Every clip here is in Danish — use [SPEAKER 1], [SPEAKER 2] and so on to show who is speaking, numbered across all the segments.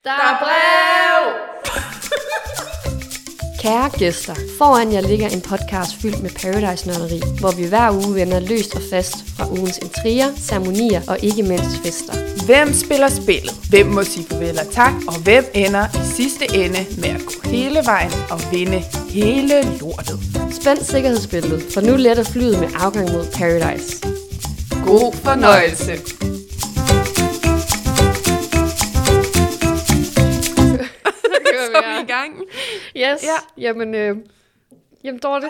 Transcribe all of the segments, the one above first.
[SPEAKER 1] Der er brev! Kære gæster, foran jer ligger en podcast fyldt med Paradise-nørderi, hvor vi hver uge vender løst og fast fra ugens intriger, ceremonier og ikke mindst fester.
[SPEAKER 2] Hvem spiller spillet? Hvem må sige farvel og tak? Og hvem ender i sidste ende med at gå hele vejen og vinde hele lortet?
[SPEAKER 1] Spænd sikkerhedsbæltet, for nu letter flyet med afgang mod Paradise.
[SPEAKER 2] God fornøjelse! Så er vi i gang.
[SPEAKER 1] Yes, ja. Jamen Dorte.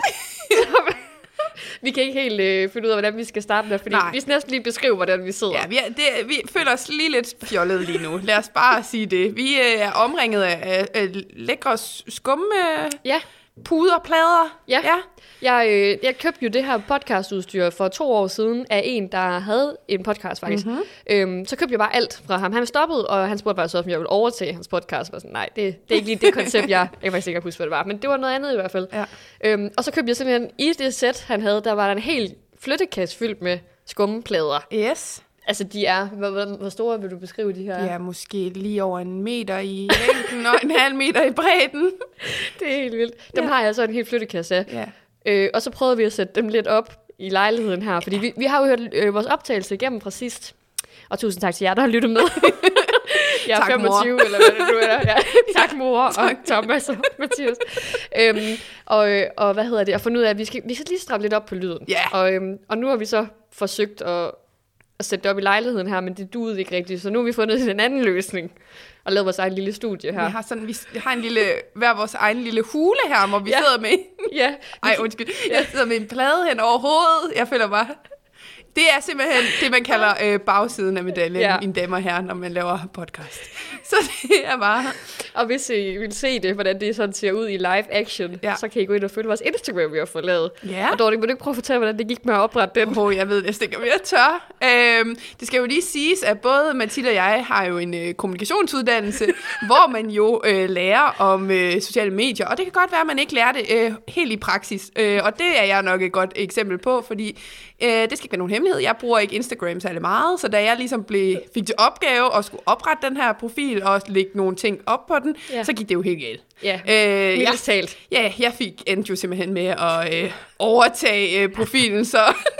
[SPEAKER 1] Vi kan ikke helt finde ud af, hvordan vi skal starte der, fordi vi skal næsten lige beskrive, hvordan vi sidder.
[SPEAKER 2] Ja, vi føler os lige lidt fjollet lige nu. Lad os bare sige det. Vi er omringet af lækre skumme puderplader.
[SPEAKER 1] Ja. Jeg købte jo det her podcastudstyr for 2 år siden af en, der havde en podcast faktisk. Mm-hmm. Så købte jeg bare alt fra ham. Han stoppede, og han spurgte faktisk, om jeg ville overtage hans podcast. Og sådan, nej, det er ikke lige det koncept, jeg faktisk ikke huske, hvad det var. Men det var noget andet i hvert fald. Ja. Og så købte jeg simpelthen i det sæt, han havde, der var der en helt flyttekasse fyldt med skummeplader.
[SPEAKER 2] Yes.
[SPEAKER 1] Altså, de er... Hvor store vil du beskrive de her?
[SPEAKER 2] Ja, måske lige over 1 meter i længden og 1,5 meter i bredden.
[SPEAKER 1] Det er helt vildt. Dem har jeg så en helt flyttekasse af. Ja. Og så prøvede vi at sætte dem lidt op i lejligheden her, fordi vi har jo hørt vores optagelse igennem fra sidst. Og tusind tak til jer, der har lyttet med. Jeg er
[SPEAKER 2] tak,
[SPEAKER 1] 25,
[SPEAKER 2] mor.
[SPEAKER 1] eller hvad det nu er. Ja. Tak, mor, og Thomas og Mathias. Og hvad hedder det? Og fundet ud af, at vi skal lige stramme lidt op på lyden.
[SPEAKER 2] Yeah.
[SPEAKER 1] Og nu har vi så forsøgt at sætte det op i lejligheden her, men det duede ikke rigtigt. Så nu har vi fundet en anden løsning og lavet vores egen lille studie her.
[SPEAKER 2] Vi har en lille, hver vores egen lille hule her, hvor vi sidder med. Jeg sidder med en plade hen over hovedet. Jeg føler bare, det er simpelthen det, man kalder bagsiden af medaljen, mine damer og herrer, når man laver podcast. Så det er bare... Og
[SPEAKER 1] hvis I vil se det, hvordan det sådan ser ud i live action, så kan I gå ind og følge vores Instagram, vi har fået lavet. Ja. Og Dorte, vil du ikke prøve at fortælle, hvordan det gik med at oprette den?
[SPEAKER 2] Jeg ved næsten ikke, om jeg tør. Det skal jo lige siges, at både Mathilde og jeg har jo en kommunikationsuddannelse, hvor man jo lærer om sociale medier, og det kan godt være, at man ikke lærer det helt i praksis. Og det er jeg nok et godt eksempel på, fordi det skal ikke være nogen hemmelighed. Jeg bruger ikke Instagram særlig meget, så da jeg ligesom fik til opgave at skulle oprette den her profil og lægge nogle ting op på den, så gik det jo helt galt.
[SPEAKER 1] Ja, mildest talt.
[SPEAKER 2] Ja, jeg endte jo simpelthen med at overtage profilen, så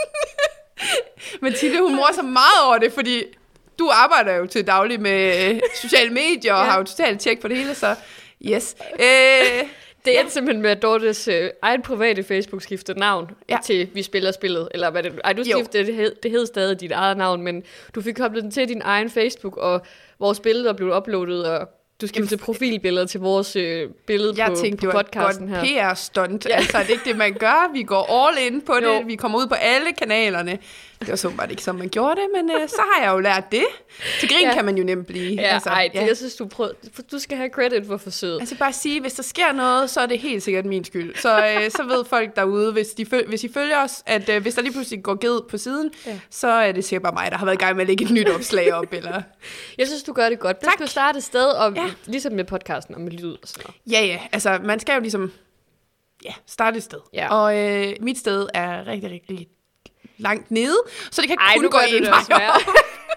[SPEAKER 2] Mathilde, hun morer så meget over det, fordi du arbejder jo til daglig med sociale medier og har jo totalt tjek på det hele, så yes.
[SPEAKER 1] Det endte simpelthen med, at Dortes egen private Facebook skiftede navn til Vi Spiller Spillet, eller hvad det nu. Du skiftede, det hed stadig dit eget navn, men du fik koblet den til din egen Facebook, og vores billeder blev uploadet, og du skiftede profilbilleder til vores billede på podcasten her.
[SPEAKER 2] Jeg tænkte, det var et PR-stunt. Altså, det er ikke det, man gør. Vi går all in på det. Vi kommer ud på alle kanalerne. Det var så bare ikke, som man gjorde det, men så har jeg jo lært det. Til grin kan man jo nemt blive.
[SPEAKER 1] Jeg synes, du skal have credit for forsøget.
[SPEAKER 2] Altså bare sige, hvis der sker noget, så er det helt sikkert min skyld. Så ved folk derude, hvis I følger os, at hvis der lige pludselig går ged på siden, så er det sikkert bare mig, der har været i gang med at lægge et nyt opslag op. Eller...
[SPEAKER 1] Jeg synes, du gør det godt. Det skal starte et sted, og ligesom med podcasten og med lyd og sådan
[SPEAKER 2] noget. Ja, altså man skal jo ligesom starte et sted. Ja. Og mit sted er rigtig, rigtig langt nede, så det kan kun gå en vej op.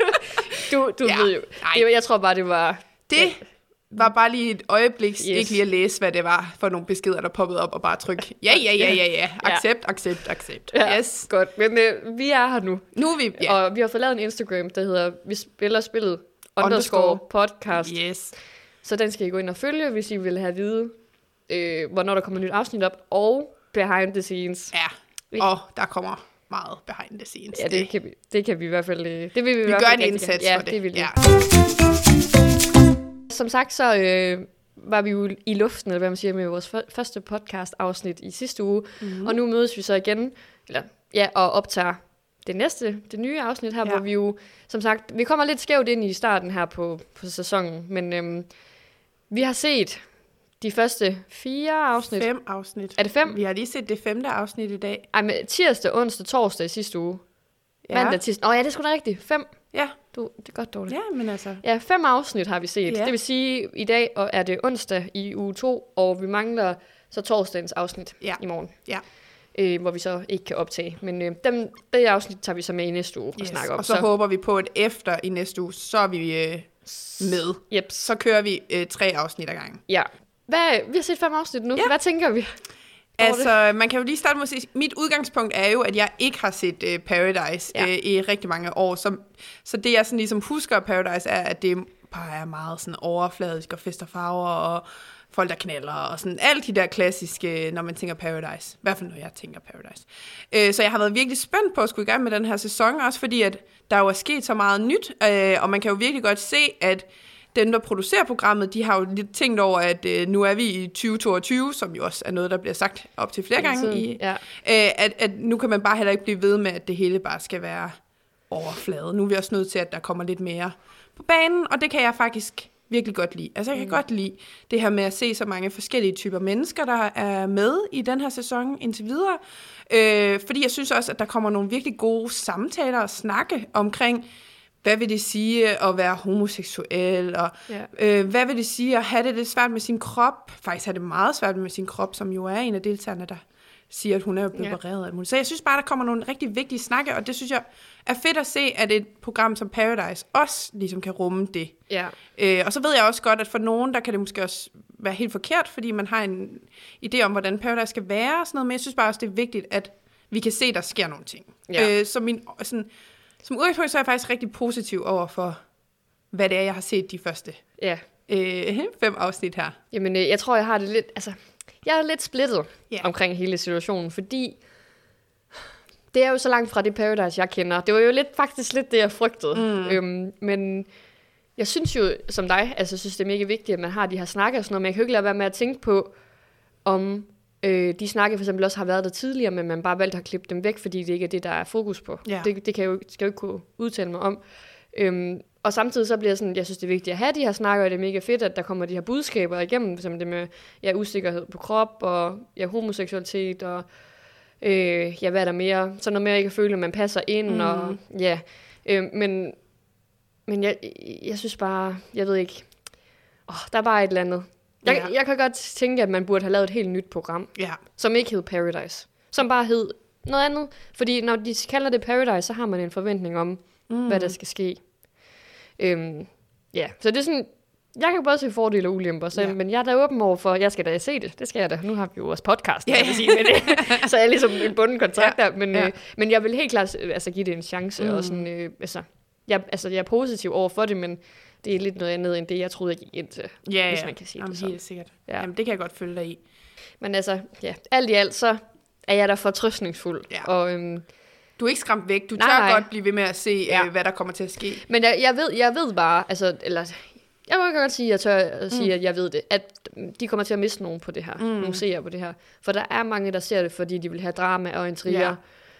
[SPEAKER 1] Du ved jo. Jeg tror bare, det var...
[SPEAKER 2] Det var bare lige et øjeblik, ikke lige at læse, hvad det var for nogle beskeder, der poppede op, og bare trykke, ja. Accept.
[SPEAKER 1] Ja,
[SPEAKER 2] yes.
[SPEAKER 1] Godt, men vi er her nu.
[SPEAKER 2] Nu er vi,
[SPEAKER 1] og vi har fået lavet en Instagram, der hedder Vi Spiller Spillet _podcast.
[SPEAKER 2] Yes.
[SPEAKER 1] Så den skal I gå ind og følge, hvis I vil have at vide, hvornår der kommer et nyt afsnit op, og behind the scenes.
[SPEAKER 2] Ja, og der kommer meget behind the scenes.
[SPEAKER 1] Ja, det kan vi i hvert fald... Det vil vi
[SPEAKER 2] gør en indsats for det.
[SPEAKER 1] Det vil vi. Som sagt, så var vi jo i luften, eller hvad man siger, med vores første podcast-afsnit i sidste uge. Mm-hmm. Og nu mødes vi så igen, og optager det nye afsnit her, hvor vi jo, som sagt, vi kommer lidt skævt ind i starten her på sæsonen, men vi har set de første 4 afsnit.
[SPEAKER 2] 5 afsnit.
[SPEAKER 1] Er det 5?
[SPEAKER 2] Vi har lige set det 5. afsnit i dag.
[SPEAKER 1] Ej, men tirsdag, onsdag, torsdag i sidste uge. Mandag, tirsdag. Det er sgu da rigtigt. 5.
[SPEAKER 2] Ja.
[SPEAKER 1] Det er godt dårligt.
[SPEAKER 2] Ja, men altså.
[SPEAKER 1] Ja, 5 afsnit har vi set. Ja. Det vil sige, i dag er det onsdag i uge 2, og vi mangler så torsdagens afsnit i morgen. Ja. Hvor vi så ikke kan optage. Men det afsnit tager vi så med i næste uge og snakker om.
[SPEAKER 2] Og så håber vi på, at efter i næste uge, så med.
[SPEAKER 1] Yep.
[SPEAKER 2] Så kører vi 3 afsnit ad gangen.
[SPEAKER 1] Ja. Vi har set 5 afsnit nu.
[SPEAKER 2] Ja.
[SPEAKER 1] Hvad tænker vi?
[SPEAKER 2] Altså, man kan jo lige starte med at sige, mit udgangspunkt er jo, at jeg ikke har set Paradise i rigtig mange år. Så det, jeg sådan ligesom husker af Paradise, er, at det bare er meget sådan overfladisk og fest og farver og folk, der knalder og sådan alle de der klassiske, når man tænker Paradise. I hvert fald, når jeg tænker Paradise. Så jeg har været virkelig spændt på at skulle i gang med den her sæson, også fordi, at der jo er sket så meget nyt, og man kan jo virkelig godt se, at dem, der producerer programmet, de har jo lidt tænkt over, at nu er vi i 2022, som jo også er noget, der bliver sagt op til flere gange, at nu kan man bare heller ikke blive ved med, at det hele bare skal være overflade. Nu er vi også nødt til, at der kommer lidt mere på banen, og det kan jeg faktisk virkelig godt lide. Altså, jeg kan godt lide det her med at se så mange forskellige typer mennesker, der er med i den her sæson indtil videre. Fordi jeg synes også, at der kommer nogle virkelig gode samtaler og snakke omkring, hvad vil det sige at være homoseksuel, og hvad vil det sige at have det lidt svært med sin krop? Faktisk har det meget svært med sin krop, som jo er en af deltagerne, der siger, at hun er blevet opereret. Så jeg synes bare, der kommer nogle rigtig vigtige snakke, og det synes jeg er fedt at se, at et program som Paradise også ligesom kan rumme det.
[SPEAKER 1] Ja.
[SPEAKER 2] Og så ved jeg også godt, at for nogen, der kan det måske også være helt forkert, fordi man har en idé om, hvordan Paradise skal være og sådan noget, men jeg synes bare også, det er vigtigt, at vi kan se, at der sker nogle ting. Ja. Som udgangspunkt, så er jeg faktisk rigtig positiv over for, hvad det er, jeg har set de første 5 afsnit her.
[SPEAKER 1] Jamen, jeg tror, jeg har det lidt... Altså, jeg er lidt splittet omkring hele situationen, fordi det er jo så langt fra det Paradise, jeg kender. Det var jo faktisk lidt det, jeg frygtede. Men jeg synes jo, som dig, altså jeg synes, det er mega vigtigt, at man har de her snakker og sådan noget, men jeg kan jo ikke lade være med at tænke på, om de snakke for eksempel også har været der tidligere, men man bare valgte at klippe dem væk, fordi det ikke er det, der er fokus på. Ja. Det skal jeg jo ikke kunne udtale mig om. Og samtidig så bliver sådan, jeg synes, det er vigtigt at have de her snakker, og det er mega fedt, at der kommer de her budskaber igennem, som det med usikkerhed på krop, og homoseksualitet, og hvad er der mere? Så noget mere, jeg kan føle, at man passer ind, og men jeg synes bare, jeg ved ikke, der er bare et eller andet. Jeg kan godt tænke, at man burde have lavet et helt nyt program, som ikke hed Paradise, som bare hed noget andet. Fordi når de kalder det Paradise, så har man en forventning om, hvad der skal ske. Så det er sådan, jeg kan både se fordele og ulemper, men jeg er da åben over for, jeg skal da se det. Det skal jeg da. Nu har vi jo også podcast, kan jeg sige med det. Så jeg er ligesom en bunden kontrakt der. Men jeg vil helt klart give det en chance. Og sådan, jeg er positiv over for det, men det er lidt noget andet, end det, jeg troede, jeg gik ind til, hvis man kan sige det sådan.
[SPEAKER 2] Helt sikkert. Ja. Jamen, det kan jeg godt følge dig i.
[SPEAKER 1] Men alt i alt, så er jeg da fortrøstningsfuld. Ja. Og,
[SPEAKER 2] du er ikke skræmt væk. Du tør godt blive ved med at se, hvad der kommer til at ske.
[SPEAKER 1] Men jeg ved bare, jeg må godt sige, at jeg tør at sige, at jeg ved det, at de kommer til at miste nogen på det her, nogle seere på det her. For der er mange, der ser det, fordi de vil have drama og intriger.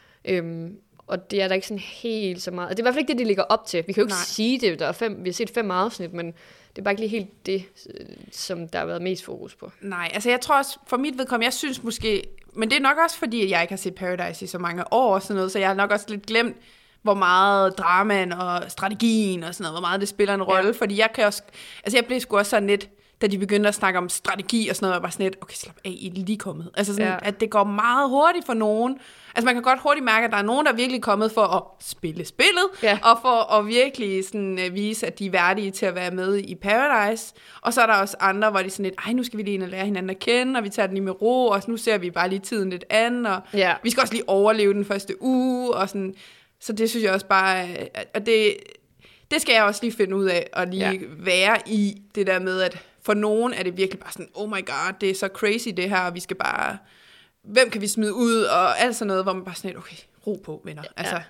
[SPEAKER 1] Og det er der ikke sådan helt så meget. Det er i hvert fald ikke det, de ligger op til. Vi kan jo ikke sige det. Vi har set 5 afsnit, men det er bare ikke lige helt det, som der har været mest fokus på. Nej,
[SPEAKER 2] altså jeg tror også, for mit vedkommende, jeg synes måske, men det er nok også fordi, at jeg ikke har set Paradise i så mange år og sådan noget, så jeg har nok også lidt glemt, hvor meget dramaen og strategien og sådan noget, hvor meget det spiller en rolle, fordi jeg kan også, altså jeg blev sgu også sådan lidt, da de begyndte at snakke om strategi og sådan noget, og bare sådan lidt, okay, slap af, I er lige kommet. Altså sådan, at det går meget hurtigt for nogen. Altså man kan godt hurtigt mærke, at der er nogen, der er virkelig kommet for at spille spillet, og for at virkelig sådan, vise, at de er værdige til at være med i Paradise. Og så er der også andre, hvor de sådan lidt, nu skal vi lige ind og lære hinanden at kende, og vi tager den lige med ro, og nu ser vi bare lige tiden lidt an, og vi skal også lige overleve den første uge, og sådan. Så det synes jeg også bare, at det skal jeg også lige finde ud af, og lige være i det der med, at for nogen er det virkelig bare sådan, oh my god, det er så crazy det her, og vi skal bare, hvem kan vi smide ud, og alt sådan noget, hvor man bare sådan lidt, okay, ro på, venner. Altså,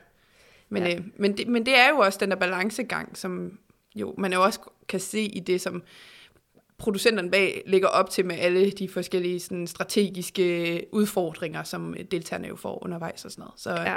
[SPEAKER 2] men det er jo også den der balancegang, som jo, man jo også kan se i det, som producenterne bag lægger op til med alle de forskellige sådan, strategiske udfordringer, som deltagerne jo får undervejs og sådan noget. Så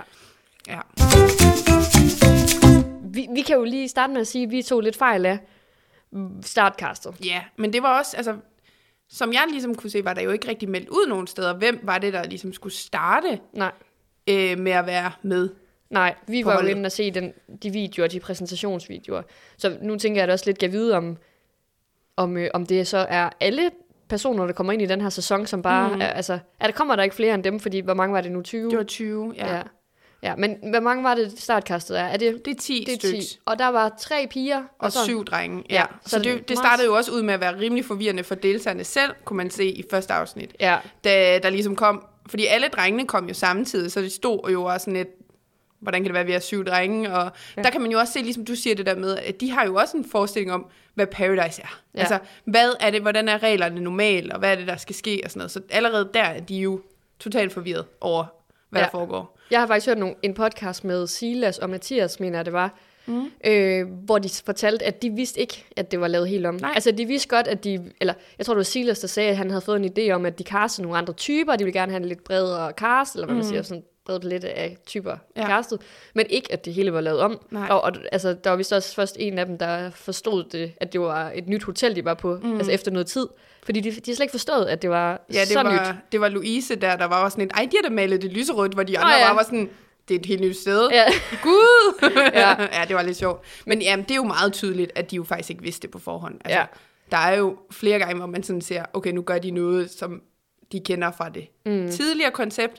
[SPEAKER 1] Vi kan jo lige starte med at sige, at vi tog lidt fejl af startcastet.
[SPEAKER 2] Ja, men det var også, altså, som jeg ligesom kunne se, var der jo ikke rigtig meldt ud nogen steder. Hvem var det, der ligesom skulle starte med at være med?
[SPEAKER 1] Nej, vi var jo inde og se de videoer, de præsentationsvideoer. Så nu tænker jeg da også lidt, kan vide, om det så er alle personer, der kommer ind i den her sæson, som bare, kommer der ikke flere end dem, fordi hvor mange var det nu, 20?
[SPEAKER 2] Det var 20, ja.
[SPEAKER 1] Ja, men hvor mange var det startkastet er?
[SPEAKER 2] Det er 10 stykker.
[SPEAKER 1] Og der var 3 piger.
[SPEAKER 2] Og 7 drenge, ja. Så det startede jo også ud med at være rimelig forvirrende for deltagerne selv, kunne man se i første afsnit.
[SPEAKER 1] Ja.
[SPEAKER 2] Da der ligesom kom, fordi alle drengene kom jo samtidig, så det stod jo også sådan et, hvordan kan det være, at vi er 7 drenge? Og der kan man jo også se, ligesom du siger det der med, at de har jo også en forestilling om, hvad Paradise er. Ja. Altså, hvad er det, hvordan er reglerne normalt, og hvad er det, der skal ske, og sådan noget. Så allerede der er de jo totalt forvirret over, hvad der foregår.
[SPEAKER 1] Jeg har faktisk hørt en podcast med Silas og Mathias, mener jeg det var, hvor de fortalte, at de vidste ikke, at det var lavet helt om. Nej. Altså, de vidste godt, at jeg tror, det var Silas, der sagde, at han havde fået en idé om, at de castede nogle andre typer, de ville gerne have en lidt bredere cast, eller hvad man siger, sådan bred palet af typer castet, men ikke, at det hele var lavet om. Og altså, der var vist også først en af dem, der forstod det, at det var et nyt hotel, de var på, altså efter noget tid. Fordi de slet ikke forstået, at det var så nyt.
[SPEAKER 2] Det var Louise der var også sådan en, de har da malet det lyserødt, hvor de andre var sådan, det er et helt nyt sted. Ja. Gud! Ja, det var lidt sjovt. Men jamen, det er jo meget tydeligt, at de jo faktisk ikke vidste det på forhånd. Altså, der er jo flere gange, hvor man sådan ser, okay, nu gør de noget, som de kender fra det tidligere koncept.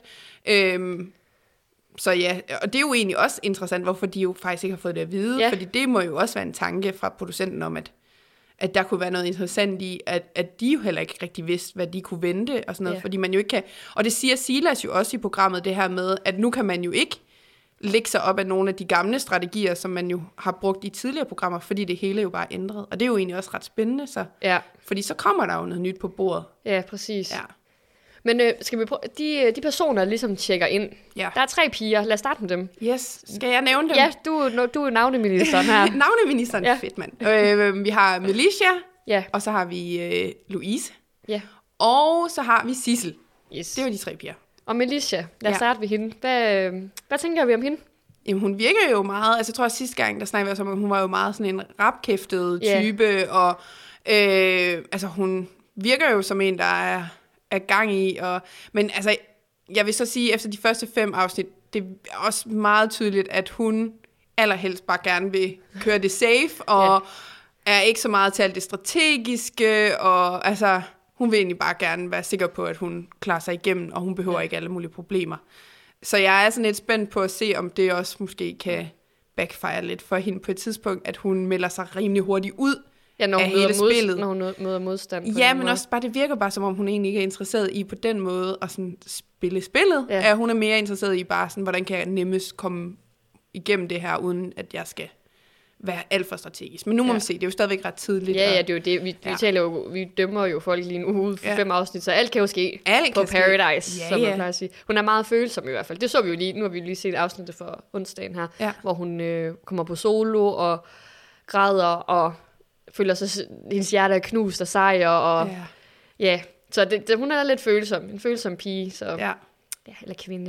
[SPEAKER 2] Så ja, og det er jo egentlig også interessant, hvorfor de jo faktisk ikke har fået det at vide. Ja. Fordi det må jo også være en tanke fra producenten om, at der kunne være noget interessant i, at de jo heller ikke rigtig vidste, hvad de kunne vente og sådan noget, fordi man jo ikke kan. Og det siger Silas jo også i programmet, det her med, at nu kan man jo ikke lægge sig op af nogle af de gamle strategier, som man jo har brugt i tidligere programmer, fordi det hele jo bare er ændret. Og det er jo egentlig også ret spændende, så. Ja. Fordi så kommer der jo noget nyt på bordet.
[SPEAKER 1] Ja, præcis. Ja. Men skal vi prøve, de personer, der ligesom tjekker ind. Ja. Der er 3 piger. Lad os starte med dem.
[SPEAKER 2] Yes. Skal jeg nævne dem?
[SPEAKER 1] Ja, du er navneministeren her.
[SPEAKER 2] Navneministeren, fedt mand. Vi har Melissa, og så har vi Louise, og så har vi Sissel. Yes. Det var de 3 piger.
[SPEAKER 1] Og Melissa, lad os starte ved hende. Hvad tænker vi om hende?
[SPEAKER 2] Jamen, hun virker jo meget, altså jeg tror, at sidste gang, der snakkede vi også om, at hun var jo meget sådan en rapkæftet type, og altså hun virker jo som en, der er gang i, men altså, jeg vil så sige, efter de første 5 afsnit, det er også meget tydeligt, at hun allerhelst bare gerne vil køre det safe, og er ikke så meget til alt det strategiske, og altså, hun vil egentlig bare gerne være sikker på, at hun klarer sig igennem, og hun behøver ikke alle mulige problemer. Så jeg er sådan lidt spændt på at se, om det også måske kan backfire lidt for hende på et tidspunkt, at hun melder sig rimelig hurtigt ud
[SPEAKER 1] når hun
[SPEAKER 2] af hele spillet.
[SPEAKER 1] Når hun møder modstand.
[SPEAKER 2] Ja, men også bare, det virker bare, som om hun egentlig ikke er interesseret i på den måde at sådan spille spillet. Ja. Hun er mere interesseret i bare sådan, hvordan kan jeg nemmest komme igennem det her, uden at jeg skal være alt for strategisk. Men nu må man se, det er jo stadigvæk ret tidligt.
[SPEAKER 1] Ja, det er jo det. Vi taler jo, vi dømmer jo folk lige en uge 5 afsnit, så alt kan jo ske på Paradise, som man plejer at sige. Hun er meget følsom i hvert fald. Det så vi jo lige, nu har vi lige set afsnittet for onsdagen her, hvor hun kommer på solo og græder og føler sig, hendes hjerte er knust og sejr, og så hun er lidt følsom, en følsom pige, så eller kvinde.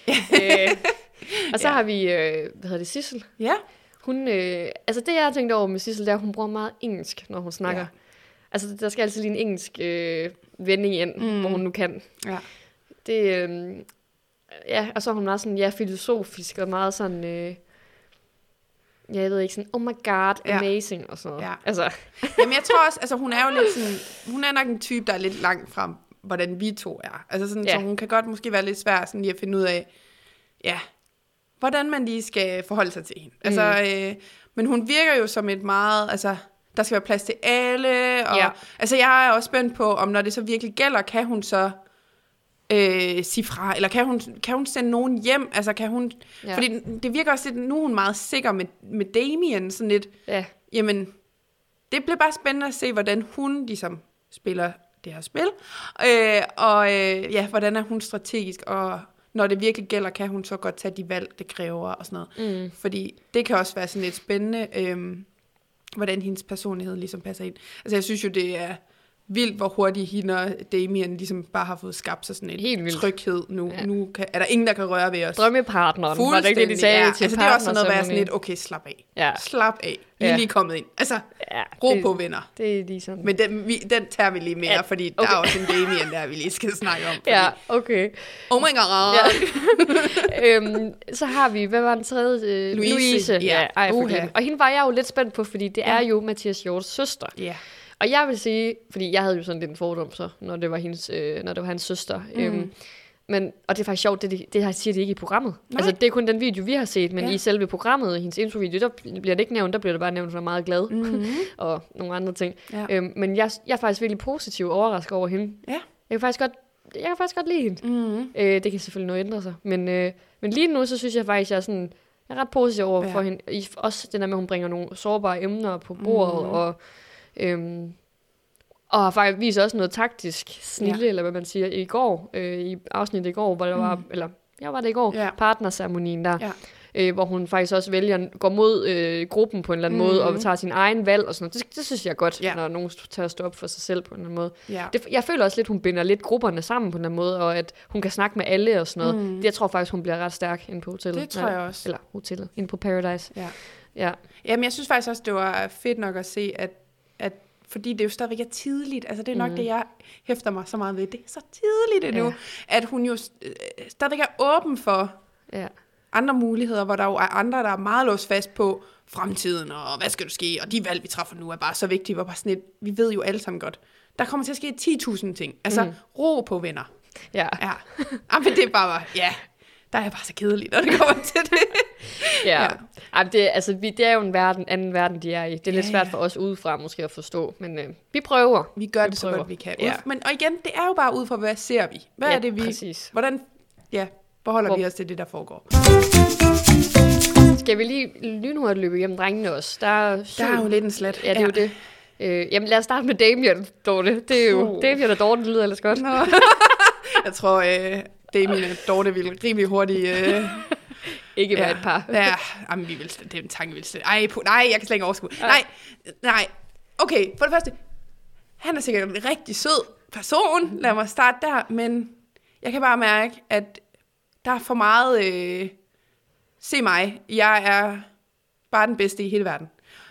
[SPEAKER 1] Og så har vi, Sissel. Ja. Hun, altså det jeg har tænkt over med Sissel, det er, at hun bruger meget engelsk, når hun snakker. Ja. Altså der skal altid lige en engelsk vending ind, hvor hun nu kan. Ja. Det, og så er hun meget sådan, filosofisk og meget sådan, jeg ved ikke, sådan, oh my god, amazing, og sådan noget. Ja. Altså.
[SPEAKER 2] Jamen jeg tror også, altså hun er jo lidt sådan, hun er nok en type, der er lidt langt fra, hvordan vi to er. Altså sådan, så hun kan godt måske være lidt svær sådan lige at finde ud af, hvordan man lige skal forholde sig til hende. Altså, men hun virker jo som et meget, altså, der skal være plads til alle, og altså jeg er også spændt på, om når det så virkelig gælder, kan hun så sige fra, eller kan hun sende nogen hjem, altså kan hun, fordi det virker også lidt, nu er hun meget sikker med Damien, sådan lidt, jamen, det bliver bare spændende at se, hvordan hun ligesom spiller det her spil, hvordan er hun strategisk, og når det virkelig gælder, kan hun så godt tage de valg, det kræver, og sådan noget. Fordi det kan også være sådan lidt spændende, hvordan hendes personlighed ligesom passer ind. Altså jeg synes jo, det er vildt, hvor hurtigt hende og Damien ligesom bare har fået skabt sig sådan en tryghed. Nu er der ingen, der kan røre ved os.
[SPEAKER 1] Drømmepartneren, var det ikke det, de sagde til
[SPEAKER 2] altså det er også sådan noget, at være sådan lidt, okay, slap af. Ja. Slap af. I er lige kommet ind. Altså, ro på, venner.
[SPEAKER 1] Det er lige sådan.
[SPEAKER 2] Men den tager vi lige mere, fordi der er også en Damien, der vi lige skal snakke om.
[SPEAKER 1] Ja, okay.
[SPEAKER 2] Oh my god.
[SPEAKER 1] Så har vi, hvad var den tredje? Louise. Og hende var jeg jo lidt spændt på, fordi det er jo Mathias Hjorts søster. Ja. Og jeg vil sige, fordi jeg havde jo sådan lidt en fordom så, når det var hans søster. og det er faktisk sjovt, det her siger de ikke i programmet.
[SPEAKER 2] Nej.
[SPEAKER 1] Altså, det er kun den video, vi har set, men i selve programmet, hendes introvideo, der bliver det ikke nævnt, der bliver det bare nævnt, at hun er meget glad, og nogle andre ting. Ja. Men jeg er faktisk virkelig positiv overrasket over hende.
[SPEAKER 2] Ja.
[SPEAKER 1] Jeg kan faktisk godt lide hende. Det kan selvfølgelig noget ændre sig, men lige nu, så synes jeg faktisk, jeg er ret positiv over for hende. Også det der med, at hun bringer nogle sårbare emner på bordet, og har faktisk vist også noget taktisk snille, eller hvad man siger, i går, i afsnittet i går, hvor der var, eller var det i går, partnerceremonien der, hvor hun faktisk også vælger at gå mod gruppen på en eller anden måde, og tager sin egen valg og sådan noget. Det synes jeg er godt, når nogen tager at stå op for sig selv på en eller anden måde. Ja. Jeg føler også lidt, hun binder lidt grupperne sammen på en eller anden måde, og at hun kan snakke med alle og sådan noget. Jeg tror faktisk, hun bliver ret stærk inde på hotellet.
[SPEAKER 2] Det tror jeg også.
[SPEAKER 1] Eller hotellet, inde på Paradise.
[SPEAKER 2] Ja. Jamen, jeg synes faktisk også, det var fedt nok at se, at fordi det jo stadigvæk er tidligt, altså det er nok det, jeg hæfter mig så meget ved. Det er så tidligt endnu, at hun jo stadigvæk er åben for andre muligheder, hvor der jo er andre, der er meget låst fast på fremtiden, og hvad skal du ske, og de valg, vi træffer nu, er bare så vigtige, hvor bare sådan et, vi ved jo alle sammen godt, der kommer til at ske 10.000 ting. Altså, ro på, venner. Ja. Men det er bare, der er bare så kedeligt, når det kommer til det.
[SPEAKER 1] Det er jo en anden verden, de er i. Det er lidt svært for os udefra måske at forstå, men vi prøver.
[SPEAKER 2] Vi gør det så godt, vi kan. Men og igen, det er jo bare ud fra, hvad ser vi? Hvad er det, vi...
[SPEAKER 1] Præcis.
[SPEAKER 2] Hvordan forholder vi os til det, der foregår?
[SPEAKER 1] Skal vi lige lynhurtigt løbe igennem drengene også? Der
[SPEAKER 2] er jo lidt en slat.
[SPEAKER 1] Ja, det er jo det. Jamen lad os starte med Damien, Dorte. Det er jo Damien og Dorte, det lyder ellers godt.
[SPEAKER 2] Jeg tror, Damien og Dorte ville rimelig hurtigt...
[SPEAKER 1] ikke være et par.
[SPEAKER 2] Jamen, det er en tanke, vi vil slet. Nej, jeg kan slet ikke overskue. Nej. Okay, for det første, han er sikkert en rigtig sød person. Lad mig starte der, men jeg kan bare mærke, at der er for meget... se mig, jeg er bare den bedste i hele verden.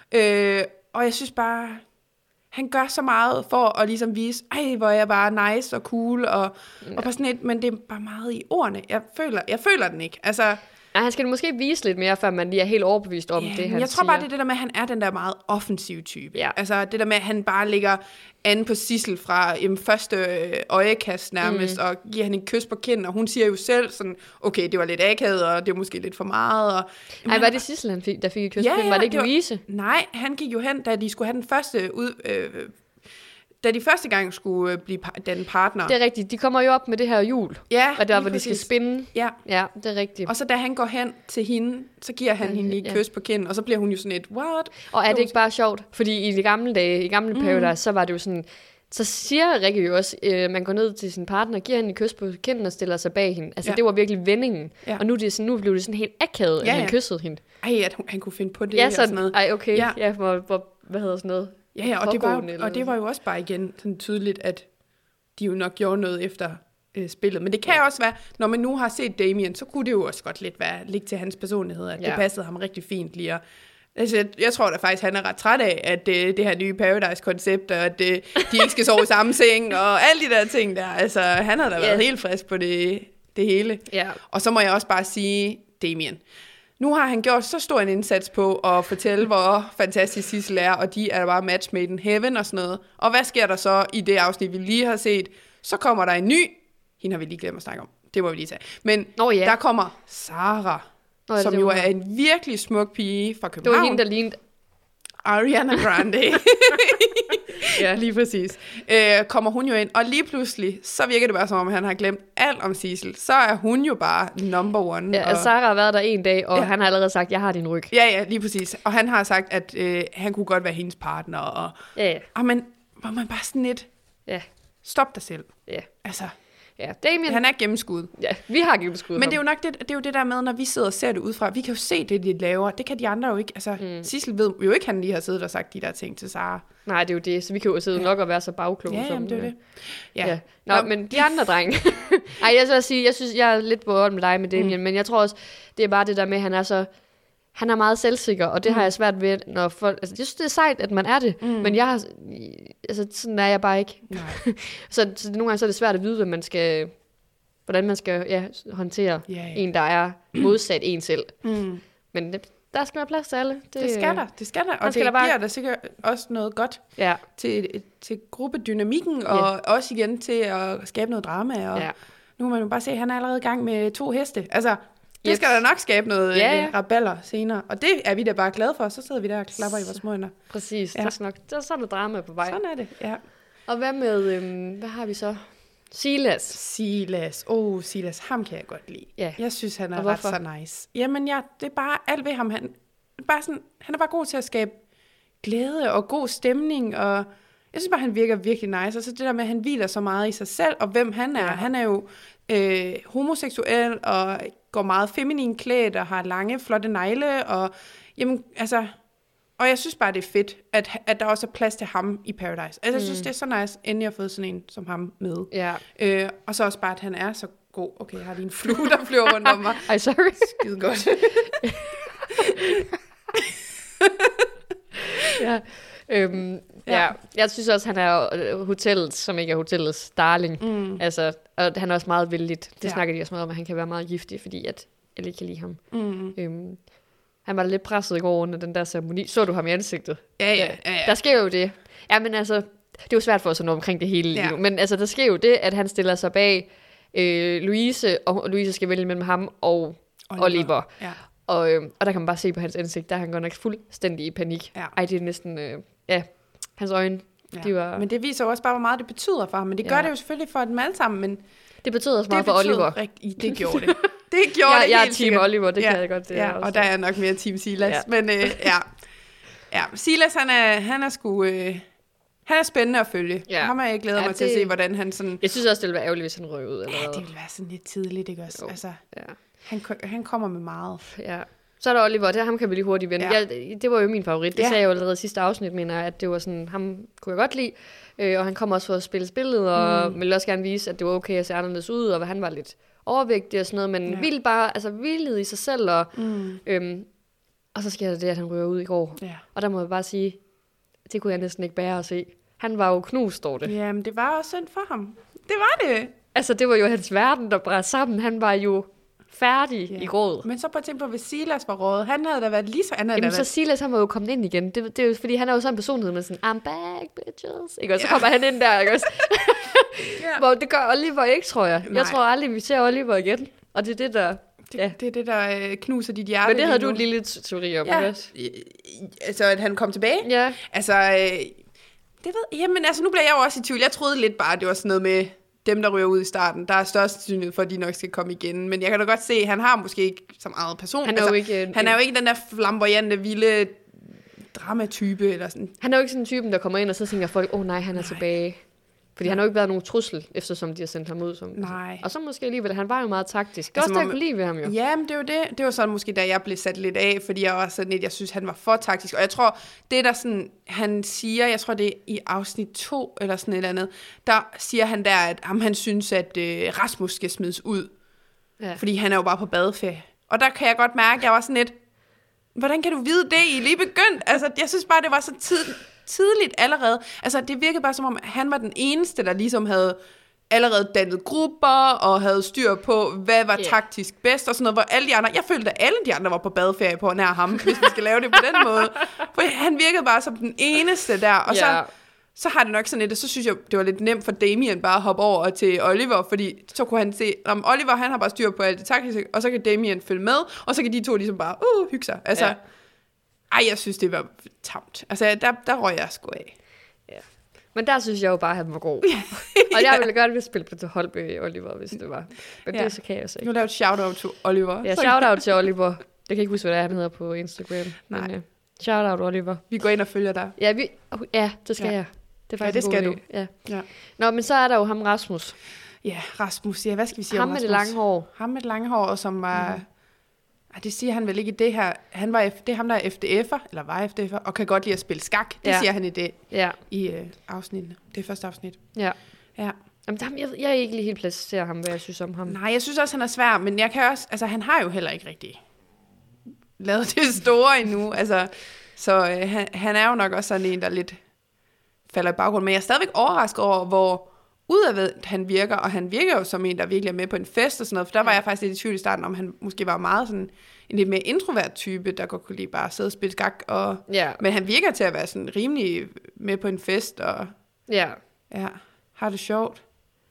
[SPEAKER 2] Og jeg synes bare, han gør så meget for at ligesom vise, hvor jeg bare nice og cool, og bare sådan et, men det er bare meget i ordene. Jeg føler den ikke. Altså...
[SPEAKER 1] Nej, han skal måske vise lidt mere, før man lige er helt overbevist om det, han siger.
[SPEAKER 2] Jeg tror bare, det er det der med, at han er den der meget offensive type. Ja. Altså det der med, at han bare ligger an på Sissel fra første øjekast nærmest, og giver han en kys på kinden, og hun siger jo selv sådan, okay, det var lidt akavet, og det var måske lidt for meget. Og,
[SPEAKER 1] var det Sissel, der fik et kys på kinden? Var det ikke Louise?
[SPEAKER 2] Nej, han gik jo hen, da de skulle have den første da de første gang skulle blive den partner.
[SPEAKER 1] Det er rigtigt. De kommer jo op med det her hjul.
[SPEAKER 2] Ja,
[SPEAKER 1] og der, hvor de skal spinde. Ja, det er rigtigt.
[SPEAKER 2] Og så da han går hen til hende, så giver han hende lige et kys på kinden, og så bliver hun jo sådan et, what?
[SPEAKER 1] Og er det ikke bare sjovt? Fordi i de gamle dage, i gamle Paradise, så var det jo sådan, så siger Rikke jo også, man går ned til sin partner, giver hende et kys på kinden og stiller sig bag hende. Altså det var virkelig vendingen. Ja. Og nu blev det sådan helt akavet, at han kyssede hende.
[SPEAKER 2] At han kunne finde på det og sådan noget.
[SPEAKER 1] Okay. Ja, hvor hvad hedder sådan noget?
[SPEAKER 2] Ja, og det var jo også bare igen sådan tydeligt, at de jo nok gjorde noget efter spillet. Men det kan også være, når man nu har set Damien, så kunne det jo også godt lidt ligge til hans personlighed, at det passede ham rigtig fint lige at... Altså, jeg tror da faktisk, han er ret træt af, at det her nye Paradise-koncept, og at de ikke skal sove i samme seng, og alle de der ting der. Altså, han har da været helt frisk på det hele. Yeah. Og så må jeg også bare sige, Damien, nu har han gjort så stor en indsats på at fortælle, hvor fantastisk Sissel er, og de er bare match made in heaven og sådan noget. Og hvad sker der så i det afsnit, vi lige har set? Så kommer der en ny, hende har vi lige glemt at snakke om, det må vi lige tage. Men der kommer Sara, som jo er en virkelig smuk pige fra København.
[SPEAKER 1] Det var hende, der lignede
[SPEAKER 2] Ariana Grande. Ja, lige præcis. Kommer hun jo ind, og lige pludselig, så virker det bare som om, han har glemt alt om Sissel. Så er hun jo bare number one.
[SPEAKER 1] Ja, og Sara har været der en dag, og han har allerede sagt, jeg har din ryg.
[SPEAKER 2] Ja, lige præcis. Og han har sagt, at han kunne godt være hendes partner. Og men var man bare sådan lidt, stop dig selv. Ja. Altså...
[SPEAKER 1] Ja, Damien.
[SPEAKER 2] Han er gennemskud.
[SPEAKER 1] Ja, vi har gennemskud.
[SPEAKER 2] Men det er jo nok det er jo det der med, når vi sidder og ser det udefra. Vi kan jo se det, de laver. Det kan de andre jo ikke. Altså, Sissel ved jo ikke, han lige har siddet og sagt de der ting til Sara.
[SPEAKER 1] Nej, det er jo det. Så vi kan jo sidde nok og være så bagkloge.
[SPEAKER 2] Ja, jamen, det er det.
[SPEAKER 1] Ja. Nå, men de andre drenge. Ej, jeg synes, jeg er lidt på hold med dig med Damien, men jeg tror også, det er bare det der med, han er meget selvsikker, og det har jeg svært ved, når folk... Altså, jeg synes, det er sejt, at man er det, men jeg har... Altså, sådan er jeg bare ikke. så nogle gange så er det svært at vide, hvordan man skal håndtere en, der er modsat en selv. Men der skal være plads til alle.
[SPEAKER 2] Det skal der. Og det giver der sikkert også noget godt til gruppedynamikken, og også igen til at skabe noget drama, og nu må man jo bare se, at han er allerede i gang med 2 heste. Altså, det skal der nok skabe noget raballer senere. Og det er vi da bare glade for. Så sidder vi der og klapper i vores hænder.
[SPEAKER 1] Præcis. Ja. Så er der drama på vej.
[SPEAKER 2] Sådan er det, ja.
[SPEAKER 1] Og hvad med, hvad har vi så? Silas.
[SPEAKER 2] Silas, ham kan jeg godt lide.
[SPEAKER 1] Ja.
[SPEAKER 2] Jeg synes, han er ret så nice. Jamen, det er bare alt ved ham. Han er bare god til at skabe glæde og god stemning, og jeg synes bare, han virker virkelig nice. Og så det der med, at han hviler så meget i sig selv, og hvem han er. Ja. Han er jo homoseksuel, og går meget feminin klædt, og har lange, flotte negle, og jamen, altså... Og jeg synes bare, det er fedt, at der også er plads til ham i Paradise. Altså, jeg synes, det er så nice, endelig at få sådan en som ham med.
[SPEAKER 1] Ja.
[SPEAKER 2] Og så også bare, at han er så god. Okay, jeg har lige en flue, der flyver rundt om mig.
[SPEAKER 1] Ej, sorry.
[SPEAKER 2] Skide godt.
[SPEAKER 1] Ja. Ja, jeg synes også, han er hotellets, som ikke er hotellets darling. Altså, og han er også meget vældigt. Det snakker de også meget om, at han kan være meget giftig, fordi at jeg ikke kan lide ham. Han var lidt presset i går under den der ceremoni. Så du ham i ansigtet?
[SPEAKER 2] Ja.
[SPEAKER 1] Der sker jo det. Ja, men altså, det er jo svært for os at nå omkring det hele lige nu. Men altså, der sker jo det, at han stiller sig bag Louise, og Louise skal vælge mellem ham og Oliver. Ja. Og der kan man bare se på hans ansigt, der er han godt nok fuldstændig i panik. Ja. Ej, det er næsten, hans øjne, de var...
[SPEAKER 2] Men det viser jo også bare, hvor meget det betyder for ham. Men det gør det jo selvfølgelig for dem alle sammen, men...
[SPEAKER 1] Det betyder også meget for Oliver.
[SPEAKER 2] Det gjorde det. Det gjorde det helt
[SPEAKER 1] Jeg er team Oliver, det kan jeg godt.
[SPEAKER 2] Ja, og der er nok mere team Silas. Ja. Men Silas, han er sgu... han er spændende at følge. Ja. Ham har jeg glæder mig til at se, hvordan han sådan...
[SPEAKER 1] Jeg synes også, det ville være ærgerligt, hvis han røg ud. Eller
[SPEAKER 2] det ville være sådan lidt tidligt, ikke også? Altså, han kommer med meget.
[SPEAKER 1] Ja. Så er der Oliver, ham kan vi lige hurtigt vende. Ja. Det var jo min favorit. Det sagde jeg jo allerede i sidste afsnit, mener jeg, at det var sådan, ham kunne jeg godt lide. Og han kom også for at spille spillet, og ville også gerne vise, at det var okay at se anderledes ud, og han var lidt overvægtig og sådan noget, men ville bare, altså hvilede i sig selv, og så sker der det, at han rører ud i går. Ja. Og der må jeg bare sige, det kunne jeg næsten ikke bære at se. Han var jo knust over det.
[SPEAKER 2] Jamen, det var også synd for ham. Det var det.
[SPEAKER 1] Altså, det var jo hans verden, der brændte sammen. Han var jo færdig i grådet.
[SPEAKER 2] Men så på et tidspunkt, hvis Silas var rådet, han havde da været lige så...
[SPEAKER 1] Jamen, så Silas, han var jo kommet ind igen. Det er jo, fordi han er jo sådan en personlighed med sådan, I'm back, bitches. Ikke? Og så kommer han ind der, ikke også? Hvor det gør Oliver ikke, tror jeg. Nej. Jeg tror aldrig, vi ser Oliver igen. Og det er det, der...
[SPEAKER 2] Det er det, der knuser dit hjerte.
[SPEAKER 1] Men det havde du en lille teori om, ikke også?
[SPEAKER 2] Altså, at han kom tilbage?
[SPEAKER 1] Ja.
[SPEAKER 2] Altså, det ved... Jamen, altså, nu bliver jeg jo også i tvivl. Jeg troede lidt bare, det var sådan noget med... Dem, der ryger ud i starten, der er størst sandsynlighed for, at de nok skal komme igen. Men jeg kan da godt se, at han har måske ikke så meget person. Han er jo ikke den der flamboyante, vilde dramatype. Eller sådan.
[SPEAKER 1] Han er jo ikke sådan en typen, der kommer ind, og så tænker folk, nej, han er tilbage. Fordi han har jo ikke været nogen trussel, eftersom de har sendt ham ud.
[SPEAKER 2] Nej.
[SPEAKER 1] Og så måske alligevel, han var jo meget taktisk. Det er også det, jeg kunne lide ved ham jo.
[SPEAKER 2] Ja, men det var det. Det var sådan måske, da jeg blev sat lidt af, fordi jeg var sådan lidt, jeg synes, han var for taktisk. Og jeg tror, det der sådan, han siger, jeg tror det er i afsnit 2, eller sådan et eller andet, der siger han der, at han synes, at Rasmus skal smides ud. Ja. Fordi han er jo bare på badeferie. Og der kan jeg godt mærke, at jeg var sådan lidt, hvordan kan du vide det, I lige begyndt? Altså, jeg synes bare, det var så tidligt allerede. Altså, det virkede bare som om, han var den eneste, der ligesom havde allerede dannet grupper, og havde styr på, hvad var taktisk bedst, og sådan noget, hvor alle de andre, jeg følte, at alle de andre var på badeferie på nær ham, hvis vi skal lave det på den måde. For han virkede bare som den eneste der, og så har det nok sådan lidt, og så synes jeg, det var lidt nemt for Damien bare at hoppe over til Oliver, fordi så kunne han se, om Oliver, han har bare styr på alt det taktiske, og så kan Damien følge med, og så kan de to ligesom bare, hygge sig. Altså, jeg synes, det var tamt. Altså, der røg jeg sgu af.
[SPEAKER 1] Ja. Men der synes jeg jo bare, at han var god. Og jeg ville godt vil spille på Holby Oliver, hvis det var. Men det så kan jeg så ikke.
[SPEAKER 2] Du lavede et shout-out til Oliver.
[SPEAKER 1] Ja, shout-out til Oliver. Jeg kan ikke huske, hvad det er, han hedder på Instagram.
[SPEAKER 2] Nej.
[SPEAKER 1] Men shout-out Oliver.
[SPEAKER 2] Vi går ind og følger dig.
[SPEAKER 1] Ja, det skal jeg. Det er faktisk
[SPEAKER 2] det skal du.
[SPEAKER 1] Ja. Nå, men så er der jo ham Rasmus.
[SPEAKER 2] Ja, Rasmus. Ja, hvad skal vi sige
[SPEAKER 1] ham
[SPEAKER 2] om Rasmus?
[SPEAKER 1] Ham med det lange hår.
[SPEAKER 2] Ham med det lange hår, som var... Det siger han vel ikke i det her. Det er ham, der er FDF'er, eller var FDF'er, og kan godt lide at spille skak. Det siger han i det i afsnittene. Det er første afsnit.
[SPEAKER 1] Ja.
[SPEAKER 2] Jamen,
[SPEAKER 1] jeg er ikke lige helt placeret ham, hvad jeg synes om ham.
[SPEAKER 2] Nej, jeg synes også, han er svær, men jeg kan også... Altså, han har jo heller ikke rigtig lavet det store endnu. Altså, så han er jo nok også sådan en, der lidt falder i baggrunden. Men jeg er stadigvæk overrasket over, hvor udadvendt han virker, og han virker jo som en, der virkelig er med på en fest og sådan noget, for der var jeg faktisk lidt i tvivl i starten, om han måske var meget sådan en lidt mere introvert type, der godt kunne lide bare at sidde og spille skak, men han virker til at være sådan rimelig med på en fest, og har det sjovt.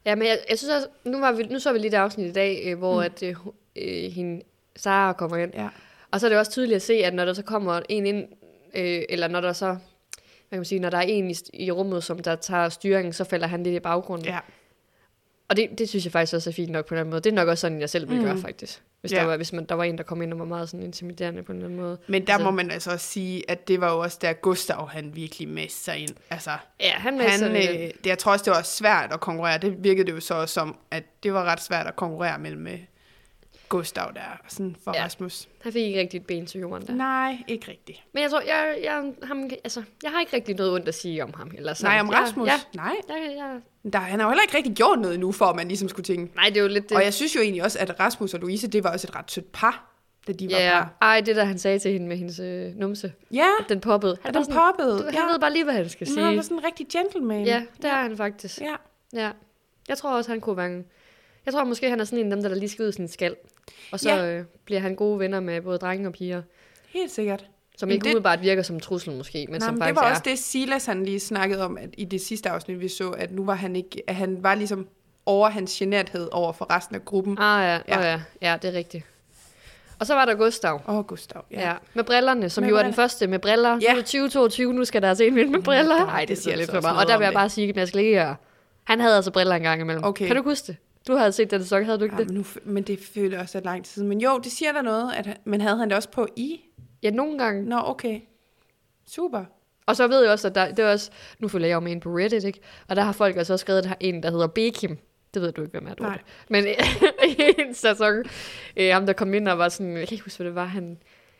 [SPEAKER 1] Ja, men jeg synes også, nu så vi lige det afsnit i dag, hvor at hende, Sara kommer ind.
[SPEAKER 2] Ja.
[SPEAKER 1] Og så er det også tydeligt at se, at når der så kommer en ind, eller når der så, hvad kan man sige, når der er en i rummet, som der tager styringen, så falder han lidt i baggrunden.
[SPEAKER 2] Ja.
[SPEAKER 1] Og det synes jeg faktisk også er fint nok på den måde. Det er nok også sådan, jeg selv ville gøre, faktisk. Hvis der var en, der kom ind og var meget sådan intimiderende på en eller anden måde.
[SPEAKER 2] Men der må man altså også sige, at det var jo også der Gustav, han virkelig mæste sig ind. Altså,
[SPEAKER 1] ja, han det.
[SPEAKER 2] Jeg tror også, det var svært at konkurrere. Det virkede det jo så som, at det var ret svært at konkurrere mellem Gustav der, sådan for Rasmus.
[SPEAKER 1] Han fik ikke rigtig et ben til jorden der.
[SPEAKER 2] Nej, ikke rigtigt.
[SPEAKER 1] Men jeg tror, jeg har ikke rigtig noget ondt at sige om ham. Eller sådan.
[SPEAKER 2] Nej, om Rasmus? Nej. Han har jo heller ikke rigtig gjort noget nu, for at man ligesom skulle tænke.
[SPEAKER 1] Nej, det er jo lidt det.
[SPEAKER 2] Og jeg synes jo egentlig også, at Rasmus og Louise, det var også et ret sødt par, da de var par.
[SPEAKER 1] Ej, det der han sagde til hende med hendes numse.
[SPEAKER 2] Ja.
[SPEAKER 1] Den poppede.
[SPEAKER 2] Han poppede.
[SPEAKER 1] Han ved bare lige, hvad han skal sige.
[SPEAKER 2] Han var sådan en rigtig gentleman.
[SPEAKER 1] Ja, det er han faktisk. Ja. Jeg tror også, han kunne være. Jeg tror måske, han er sådan en af dem, der lige skal ud i sin skal. Og så bliver han gode venner med både drenge og piger.
[SPEAKER 2] Helt sikkert.
[SPEAKER 1] Som ikke umiddelbart virker som en trussel måske, men som faktisk
[SPEAKER 2] det var også det, Silas han lige snakkede om, at i det sidste afsnit, vi så, at nu var han ikke, at han var ligesom over hans generthed over for resten af gruppen.
[SPEAKER 1] Ja, det er rigtigt. Og så var der Gustav.
[SPEAKER 2] Gustav,
[SPEAKER 1] ja. Med brillerne, som jo var den første med briller. Ja. Nu er 2022, nu skal der altså en med briller. Nej, det siger lidt for meget. Og der vil jeg bare sige, at jeg skal lige han havde altså briller en gang imellem.
[SPEAKER 2] Okay.
[SPEAKER 1] Kan du huske det? Du havde set den sæson, havde du ikke det?
[SPEAKER 2] Men det følte også et lang tid siden. Men jo, det siger der noget, men havde han det også på i?
[SPEAKER 1] Ja, nogle gange.
[SPEAKER 2] Nå, okay. Super.
[SPEAKER 1] Og så ved jeg også, at det er også, nu følger jeg jo med ind på Reddit, ikke? Og der har folk også skrevet, der en, der hedder Bekim. Det ved du ikke, hvem er, du.
[SPEAKER 2] Nej.
[SPEAKER 1] Men i en sæson, ham der kom ind og var sådan, jeg kan ikke huske, hvad det var, han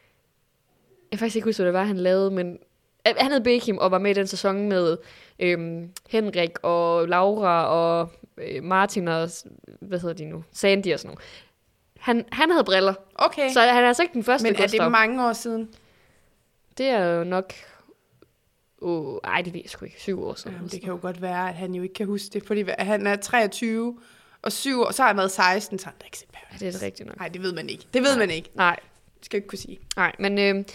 [SPEAKER 1] lavede, men han hed Bekim og var med i den sæson med Henrik og Laura og Martin og, hvad hedder de nu, Sandy og sådan noget. Han havde briller.
[SPEAKER 2] Okay.
[SPEAKER 1] Så han er altså ikke den første.
[SPEAKER 2] Men er det mange år siden?
[SPEAKER 1] Det er jo nok. Det ved jeg sgu ikke. 7 år siden.
[SPEAKER 2] Jamen, det kan jo godt være, at han jo ikke kan huske det. Fordi han er 23 og 7 år, og så har han været 16, så han er ikke set
[SPEAKER 1] det er det rigtigt nok.
[SPEAKER 2] Nej, det ved man ikke. Det ved man ikke.
[SPEAKER 1] Nej.
[SPEAKER 2] Det skal jeg ikke kunne sige.
[SPEAKER 1] Nej, men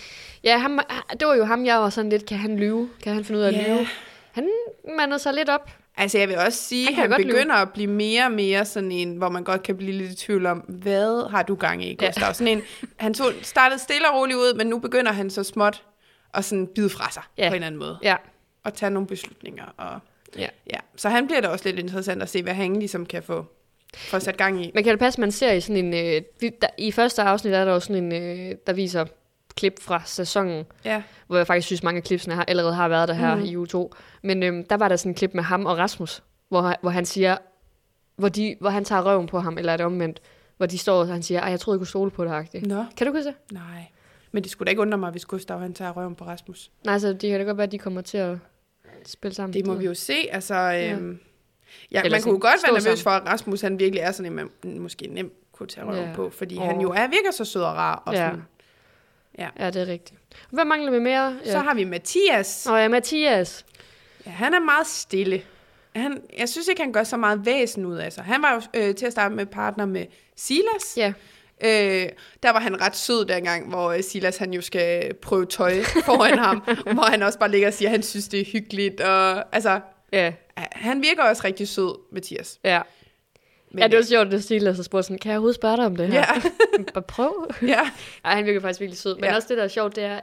[SPEAKER 1] det var jo ham, jeg var sådan lidt, kan han lyve? Kan han finde ud af at lyve? Han mandede sig lidt op.
[SPEAKER 2] Altså, jeg vil også sige, at han begynder at blive mere og mere sådan en, hvor man godt kan blive lidt i tvivl om, hvad har du gang i, Gustav? Ja. Sådan en, han startede stille og roligt ud, men nu begynder han så småt at sådan bide fra sig på en eller anden måde. Ja. Og tage nogle beslutninger. Og, ja. Så han bliver da også lidt interessant at se, hvad han ligesom kan få sat gang i.
[SPEAKER 1] Men kan det passe, man ser i sådan en... i første afsnit er der jo sådan en, der viser klip fra sæsonen, hvor jeg faktisk synes, mange af klipsene allerede har været der her i uge 2. Men der var der sådan en klip med ham og Rasmus, hvor han siger, hvor han tager røven på ham, eller er det omvendt, hvor de står og han siger, jeg troede, jeg kunne stole på det. Nå. Kan du huske det?
[SPEAKER 2] Nej. Men det skulle da ikke undre mig, hvis Gustav han tager røven på Rasmus.
[SPEAKER 1] Nej, så det kan da godt være, at de kommer til at spille sammen.
[SPEAKER 2] Det må vi jo se. Altså, man kunne jo godt være nervøs for, at Rasmus han virkelig er sådan en, man måske nemt kunne tage røven på, fordi han jo virker så sød og rar. Og sådan.
[SPEAKER 1] Ja, det er rigtigt. Hvad mangler vi mere?
[SPEAKER 2] Så har vi Mathias.
[SPEAKER 1] Mathias.
[SPEAKER 2] Ja, han er meget stille. Jeg synes ikke, han gør så meget væsen ud af sig. Han var jo til at starte med partner med Silas. Ja. Der var han ret sød dengang, hvor Silas han jo skal prøve tøj foran ham, hvor han også bare ligger og siger, at han synes, det er hyggeligt. Og, altså, han virker også rigtig sød, Mathias.
[SPEAKER 1] Ja. Men, det var sjovt, at Silas og spurgte sådan, kan jeg overhovedet spørge dig om det her? Ja. Bare prøv. Ja. Ej, han virker faktisk virkelig sød. Men også det, der er sjovt, det er,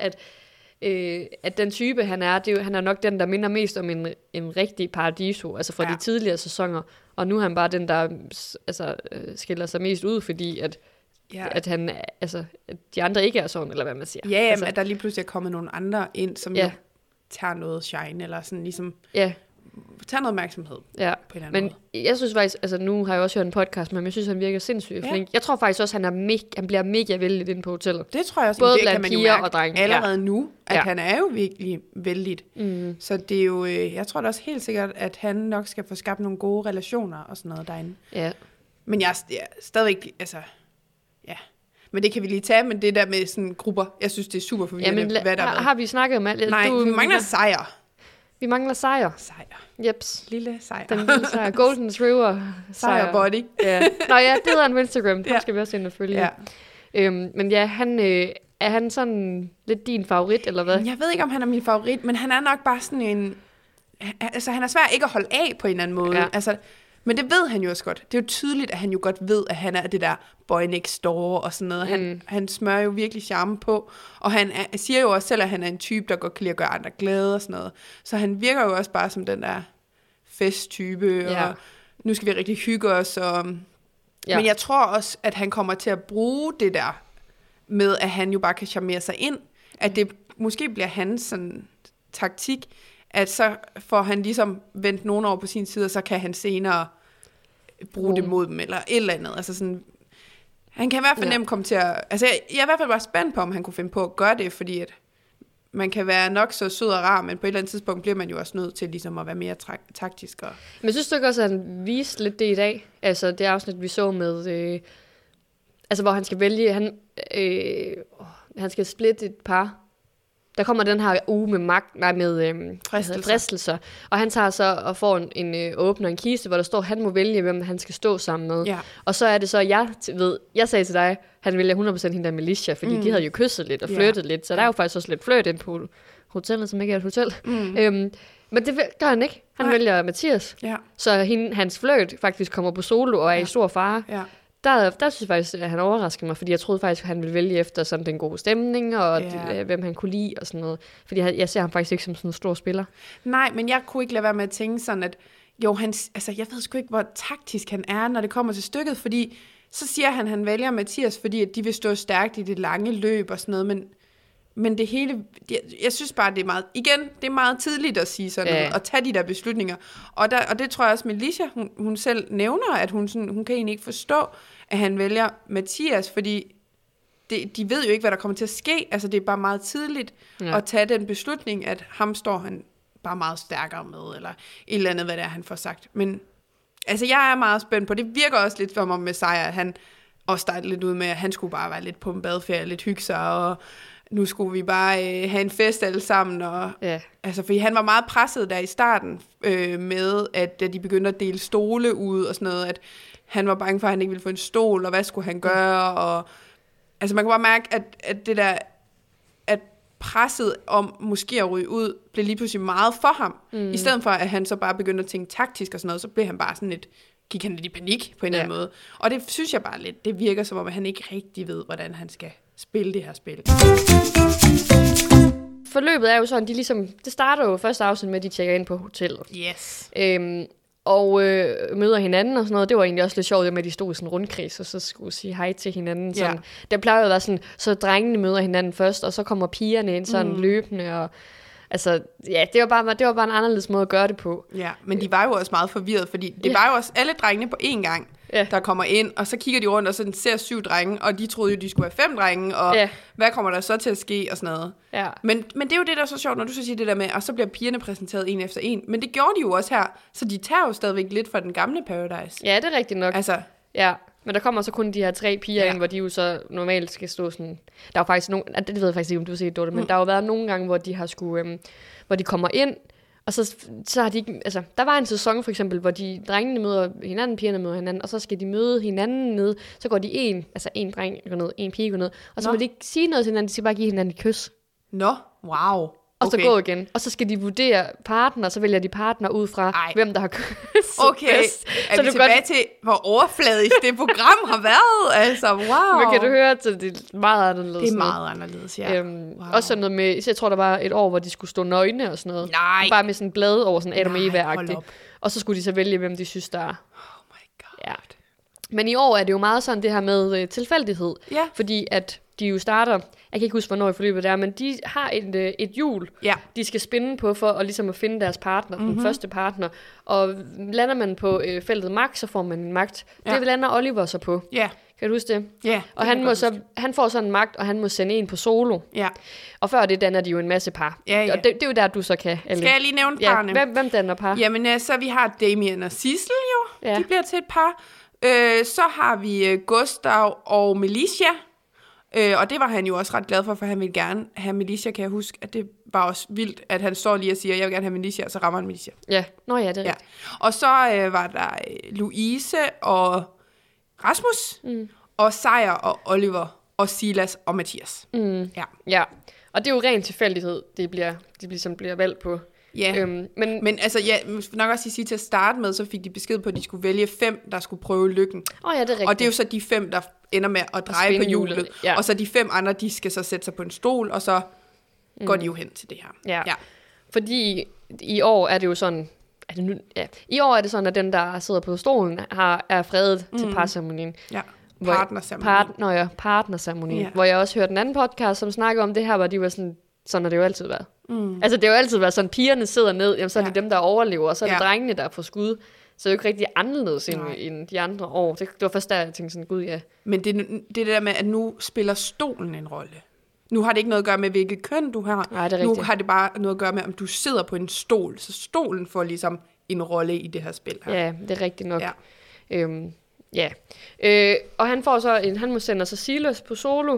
[SPEAKER 1] at den type, han er, han er nok den, der minder mest om en rigtig Paradiso, altså fra de tidligere sæsoner. Og nu er han bare den, der skiller sig mest ud, fordi at han, altså, at de andre ikke er sådan, eller hvad man siger.
[SPEAKER 2] Ja,
[SPEAKER 1] altså,
[SPEAKER 2] at der lige pludselig er kommet nogle andre ind, som jo tager noget shine, eller sådan ligesom tager noget opmærksomhed på en eller anden måde.
[SPEAKER 1] Men jeg synes faktisk, altså nu har jeg også hørt en podcast med ham, jeg synes, han virker sindssygt flink. Jeg tror faktisk også, han bliver mega vældig inde på hotellet.
[SPEAKER 2] Det tror jeg også.
[SPEAKER 1] Både
[SPEAKER 2] det
[SPEAKER 1] blandt piger og drenge.
[SPEAKER 2] Allerede nu, at han er jo virkelig vældig. Så det er jo, jeg tror da også helt sikkert, at han nok skal få skabt nogle gode relationer og sådan noget derinde. Ja. Men jeg er stadigvæk, altså... Ja, men det kan vi lige tage, men det der med sådan grupper, jeg synes, det er super forvirrende, hvad der er.
[SPEAKER 1] Har vi snakket om alt?
[SPEAKER 2] Nej, vi mangler sejr.
[SPEAKER 1] Vi mangler sejr.
[SPEAKER 2] Jeps. Lille sejr.
[SPEAKER 1] Den lille sejr. Golden Retriever
[SPEAKER 2] sejr body.
[SPEAKER 1] Ja. Nå ja, det hedder han på Instagram. Det skal vi også ind og følge. Ja. Men ja, er han sådan lidt din favorit, eller hvad?
[SPEAKER 2] Jeg ved ikke, om han er min favorit, men han er nok bare sådan en... Altså, han er svær ikke at holde af på en eller anden måde. Ja. Altså, Men det ved han jo også godt. Det er jo tydeligt, at han jo godt ved, at han er det der boy next door og sådan noget. Han smører jo virkelig charme på, og han siger jo også selv, at han er en type, der godt kan lide at gøre andre glade og sådan noget. Så han virker jo også bare som den der festtype, og nu skal vi rigtig hygge os. Men jeg tror også, at han kommer til at bruge det der med, at han jo bare kan charmere sig ind. At det måske bliver hans sådan, taktik, at så får han ligesom vendt nogen over på sin side, og så kan han senere bruge det mod dem, eller et eller andet. Altså sådan, han kan i hvert fald nemt komme til at... Altså, jeg er i hvert fald bare spændt på, om han kunne finde på at gøre det, fordi at man kan være nok så sød og rar, men på et eller andet tidspunkt bliver man jo også nødt til ligesom at være mere taktisk.
[SPEAKER 1] Men jeg synes du ikke også, at han viste lidt det i dag? Altså, det afsnit, vi så med... altså, hvor han skal vælge... Han skal splitte et par. Der kommer den her uge med fristelser. Og han tager så og får en åbner en kiste, hvor der står, han må vælge, hvem han skal stå sammen med. Ja. Og så er det så, jeg sagde til dig, han vælger 100% hende der Melissa, fordi de havde jo kysset lidt og flirtet lidt, så der er jo faktisk også lidt flirt ind på hotellet, som ikke er et hotel. Men det gør han ikke. Han vælger Mathias. Ja. Så hans flirt faktisk kommer på solo og er i stor fare. Ja. Der synes jeg faktisk, at han overraskede mig, fordi jeg troede faktisk, at han ville vælge efter sådan den gode stemning, og hvem han kunne lide og sådan noget. Fordi jeg ser ham faktisk ikke som sådan en stor spiller. Nej, men jeg kunne ikke lade være med at tænke sådan, at jo, jeg ved sgu ikke, hvor taktisk han er, når det kommer til stykket, fordi så siger han vælger Mathias, fordi at de vil stå stærkt i det lange løb og sådan noget, men det hele, jeg synes bare, det er meget tidligt at sige sådan noget, og tage de der beslutninger. Og det tror jeg også, Melissa, hun selv nævner, at hun kan egentlig ikke forstå, at han vælger Mathias, fordi de ved jo ikke, hvad der kommer til at ske. Altså, det er bare meget tidligt at tage den beslutning, at ham står han bare meget stærkere med, eller et eller andet, hvad det er, han får sagt. Men altså, jeg er meget spændt på, det virker også lidt for mig med Sejr, at han også startede lidt ud med, at han skulle bare være lidt på en badeferie, lidt hygge sig, og nu skulle vi bare have en fest alle sammen. Og, altså, fordi han var meget presset der i starten med, at de begyndte at dele stole ud og sådan noget, at han var bange for, at han ikke ville få en stol, og hvad skulle han gøre? Og, altså man kunne bare mærke, at det der, at presset om måske at ryge ud, blev lige pludselig meget for ham. I stedet for, at han så bare begyndte at tænke taktisk og sådan noget, så blev han bare sådan gik han lidt i panik på en eller anden måde. Og det synes jeg bare lidt, det virker som om, at han ikke rigtig ved, hvordan han skal spille det her spil. Forløbet er jo sådan, det starter jo første afsnit med, at de tjekker ind på hotellet.
[SPEAKER 2] Yes.
[SPEAKER 1] Og møder hinanden og sådan noget. Det var egentlig også lidt sjovt, med at de stod i sådan en rundkreds, og så skulle sige hej til hinanden. Sådan. Det plejer jo at være sådan, så drengene møder hinanden først, og så kommer pigerne ind sådan løbende, og altså, ja, det var bare en anderledes måde at gøre det på. Ja,
[SPEAKER 2] men de var jo også meget forvirret, fordi det var jo også alle drengene på én gang, der kommer ind, og så kigger de rundt, og så ser 7 drenge, og de troede jo, de skulle have 5 drenge, og hvad kommer der så til at ske, og sådan noget. Ja. Men det er jo det, der er så sjovt, når du så siger det der med, og så bliver pigerne præsenteret en efter en. Men det gjorde de jo også her, så de tager jo stadigvæk lidt fra den gamle Paradise.
[SPEAKER 1] Ja, det er rigtigt nok. Altså, ja. Men der kommer så kun de her 3 piger ind, hvor de jo så normalt skal stå sådan... Der er jo faktisk nogle... Det ved jeg faktisk ikke, om du har set det, men der har jo været nogle gange, hvor de har skulle... hvor de kommer ind, og så har de ikke... Altså, der var en sæson for eksempel, hvor drengene møder hinanden, pigerne møder hinanden, og så skal de møde hinanden ned. Så går de en dreng går ned, en pige går ned, og så må de ikke sige noget til hinanden, de skal bare give hinanden et kys.
[SPEAKER 2] Wow.
[SPEAKER 1] Og så gå igen. Og så skal de vurdere partner, og så vælger de partner ud fra, hvem der har kysset.
[SPEAKER 2] Okay, er vi tilbage til, hvor overfladisk det program har været? Altså, wow.
[SPEAKER 1] Men kan du høre, at det er meget anderledes?
[SPEAKER 2] Det er meget anderledes, ja.
[SPEAKER 1] Også sådan noget med, jeg tror, der var et år, hvor de skulle stå nøgne og sådan noget. Nej. Bare med sådan en blad over sådan Adam Eva-agtigt. Og så skulle de så vælge, hvem de synes, der er.
[SPEAKER 2] Oh my god. Ja.
[SPEAKER 1] Men i år er det jo meget sådan det her med tilfældighed. Ja. Fordi at de jo starter, jeg kan ikke huske, hvornår i forløbet det er, men de har et hjul, de skal spinde på for at, ligesom at finde deres partner, den første partner. Og lander man på feltet magt, så får man en magt. Det lander Oliver så på. Ja. Kan du huske det? Ja. Og han får sådan en magt, og han må sende en på solo. Ja. Og før det danner de jo en masse par. Ja, ja. Og det er jo der, du så kan...
[SPEAKER 2] Skal jeg lige nævne parne?
[SPEAKER 1] Hvem danner par?
[SPEAKER 2] Jamen, så vi har Damien og Sissel jo. Ja. De bliver til et par. Så har vi Gustav og Melissa. Og det var han jo også ret glad for han ville gerne have Melissa, kan jeg huske, at det var også vildt, at han står lige og siger, jeg vil gerne have Melissa, og så rammer han Melissa.
[SPEAKER 1] Ja, det er rigtigt.
[SPEAKER 2] Og så var der Louise og Rasmus, og Sejr og Oliver, og Silas og Mathias.
[SPEAKER 1] Ja, og det er jo ren tilfældighed, de bliver valgt på.
[SPEAKER 2] Ja, men altså, nok også sige til at starte med, så fik de besked på, at de skulle vælge 5, der skulle prøve lykken.
[SPEAKER 1] Ja, det er rigtigt.
[SPEAKER 2] Og det er jo så de 5, der ender med at dreje på hjulet. Ja. Og så de 5 andre, de skal så sætte sig på en stol, og så går de jo hen til det her.
[SPEAKER 1] Ja. Fordi i år er det jo sådan, i år er det sådan, at den, der sidder på stolen, er fredet til parceremonien. Ja. Partnerceremonien. Hvor jeg også hørte en anden podcast, som snakker om det her, hvor de var sådan har det jo altid været. Altså det har jo altid været sådan, pigerne sidder ned, jamen, så er det dem, der overlever, og så er det drengene, der får skud. Så det er jo ikke rigtig anderledes end de andre år. Det var først der, jeg tænkte sådan, gud ja.
[SPEAKER 2] Men det der med, at nu spiller stolen en rolle. Nu har det ikke noget at gøre med, hvilket køn du har.
[SPEAKER 1] Nej, det er
[SPEAKER 2] nu
[SPEAKER 1] rigtigt.
[SPEAKER 2] har det bare noget at gøre med, om du sidder på en stol. Så stolen får ligesom en rolle i det her spil her.
[SPEAKER 1] Ja, det er rigtigt nok. Ja. Og han får så han må sende sig Silas på solo.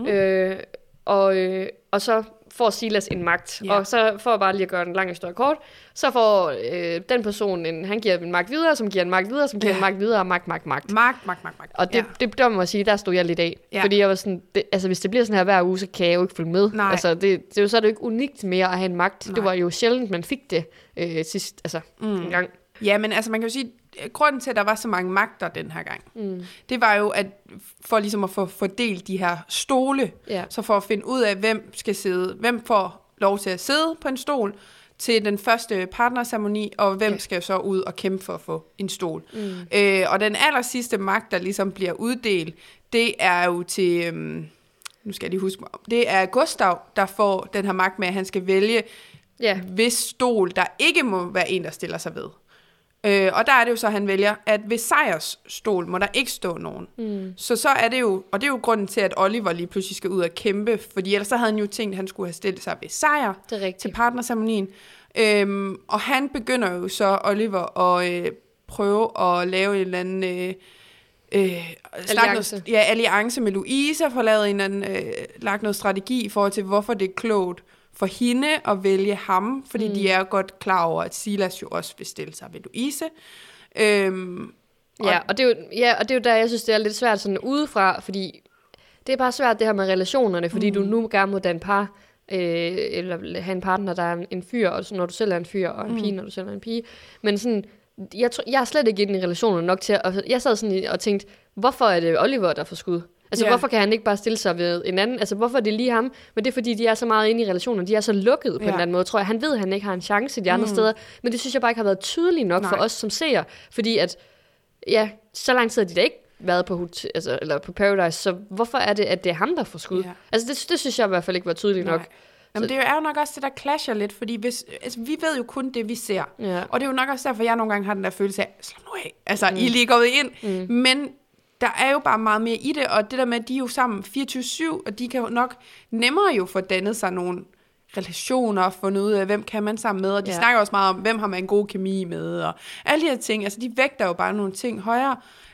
[SPEAKER 1] Og så får Silas en magt. Ja. Og så for bare lige at gøre den lang historie kort, så får den person, han giver en magt videre, som giver en magt videre, som giver en magt videre, magt.
[SPEAKER 2] Magt.
[SPEAKER 1] Og det der må jeg sige, der stod jeg lidt af. Ja. Fordi jeg var sådan, altså hvis det bliver sådan her hver uge, så kan jeg jo ikke følge med. Nej. Altså så er det jo ikke unikt mere at have en magt. Nej. Det var jo sjældent, man fik det sidst, altså en gang.
[SPEAKER 2] Ja, men altså man kan jo sige, grunden til, at der var så mange magter den her gang, det var jo, at for ligesom at få fordelt de her stole, så for at finde ud af, hvem får lov til at sidde på en stol til den første partnerceremoni, og hvem skal så ud og kæmpe for at få en stol. Og den aller sidste magt, der ligesom bliver uddelt, det er jo til, nu skal jeg lige huske mig om, det er Gustav, der får den her magt med, at han skal vælge, hvis stol, der ikke må være en, der stiller sig ved. Og der er det jo så, han vælger, at ved Sejrs stol må der ikke stå nogen. Så er det jo, og det er jo grunden til, at Oliver lige pludselig skal ud og kæmpe, fordi ellers så havde han jo tænkt, at han skulle have stillet sig ved Sejr til partnerceremonien. Og han begynder jo så, Oliver, at prøve at lave en eller anden alliance med Louise, og få lavet en eller anden, lagt noget strategi i forhold til, hvorfor det er klogt for hende at vælge ham, fordi de er godt klar over, at Silas jo også vil stille sig ved Louise.
[SPEAKER 1] Og det er jo der, jeg synes, det er lidt svært sådan udefra, fordi det er bare svært det her med relationerne, fordi du nu gerne må danne par, eller have en partner, der er en fyr, og når du selv er en fyr, og en pige, når du selv er en pige. Men sådan, jeg er slet ikke inde i relationerne nok til, og jeg sad sådan og tænkte, hvorfor er det Oliver, der får skud? Altså, hvorfor kan han ikke bare stille sig ved en anden? Altså, hvorfor er det lige ham? Men det er, fordi de er så meget inde i relationen. De er så lukkede på en eller anden måde, tror jeg. Han ved, at han ikke har en chance de andre steder. Men det synes jeg bare ikke har været tydeligt nok for os som seere. Fordi at, så lang tid har de da ikke været på, eller på Paradise. Så hvorfor er det, at det er ham, der får skud? Ja. Altså, det synes jeg i hvert fald ikke var tydeligt nok.
[SPEAKER 2] Jamen, det er jo nok også det, der clasher lidt, fordi vi ved jo kun det, vi ser. Ja. Og det er jo nok også derfor, jeg nogle gange har den der følelse af, slap nu af. Altså, I er lige gået ind. Men der er jo bare meget mere i det, og det der med, at de er jo sammen 24/7, og de kan jo nok nemmere jo få dannet sig nogle relationer, og fundet ud af, hvem kan man sammen med, og de snakker også meget om, hvem har man en god kemi med, og alle de her ting, altså de vægter jo bare nogle ting højere,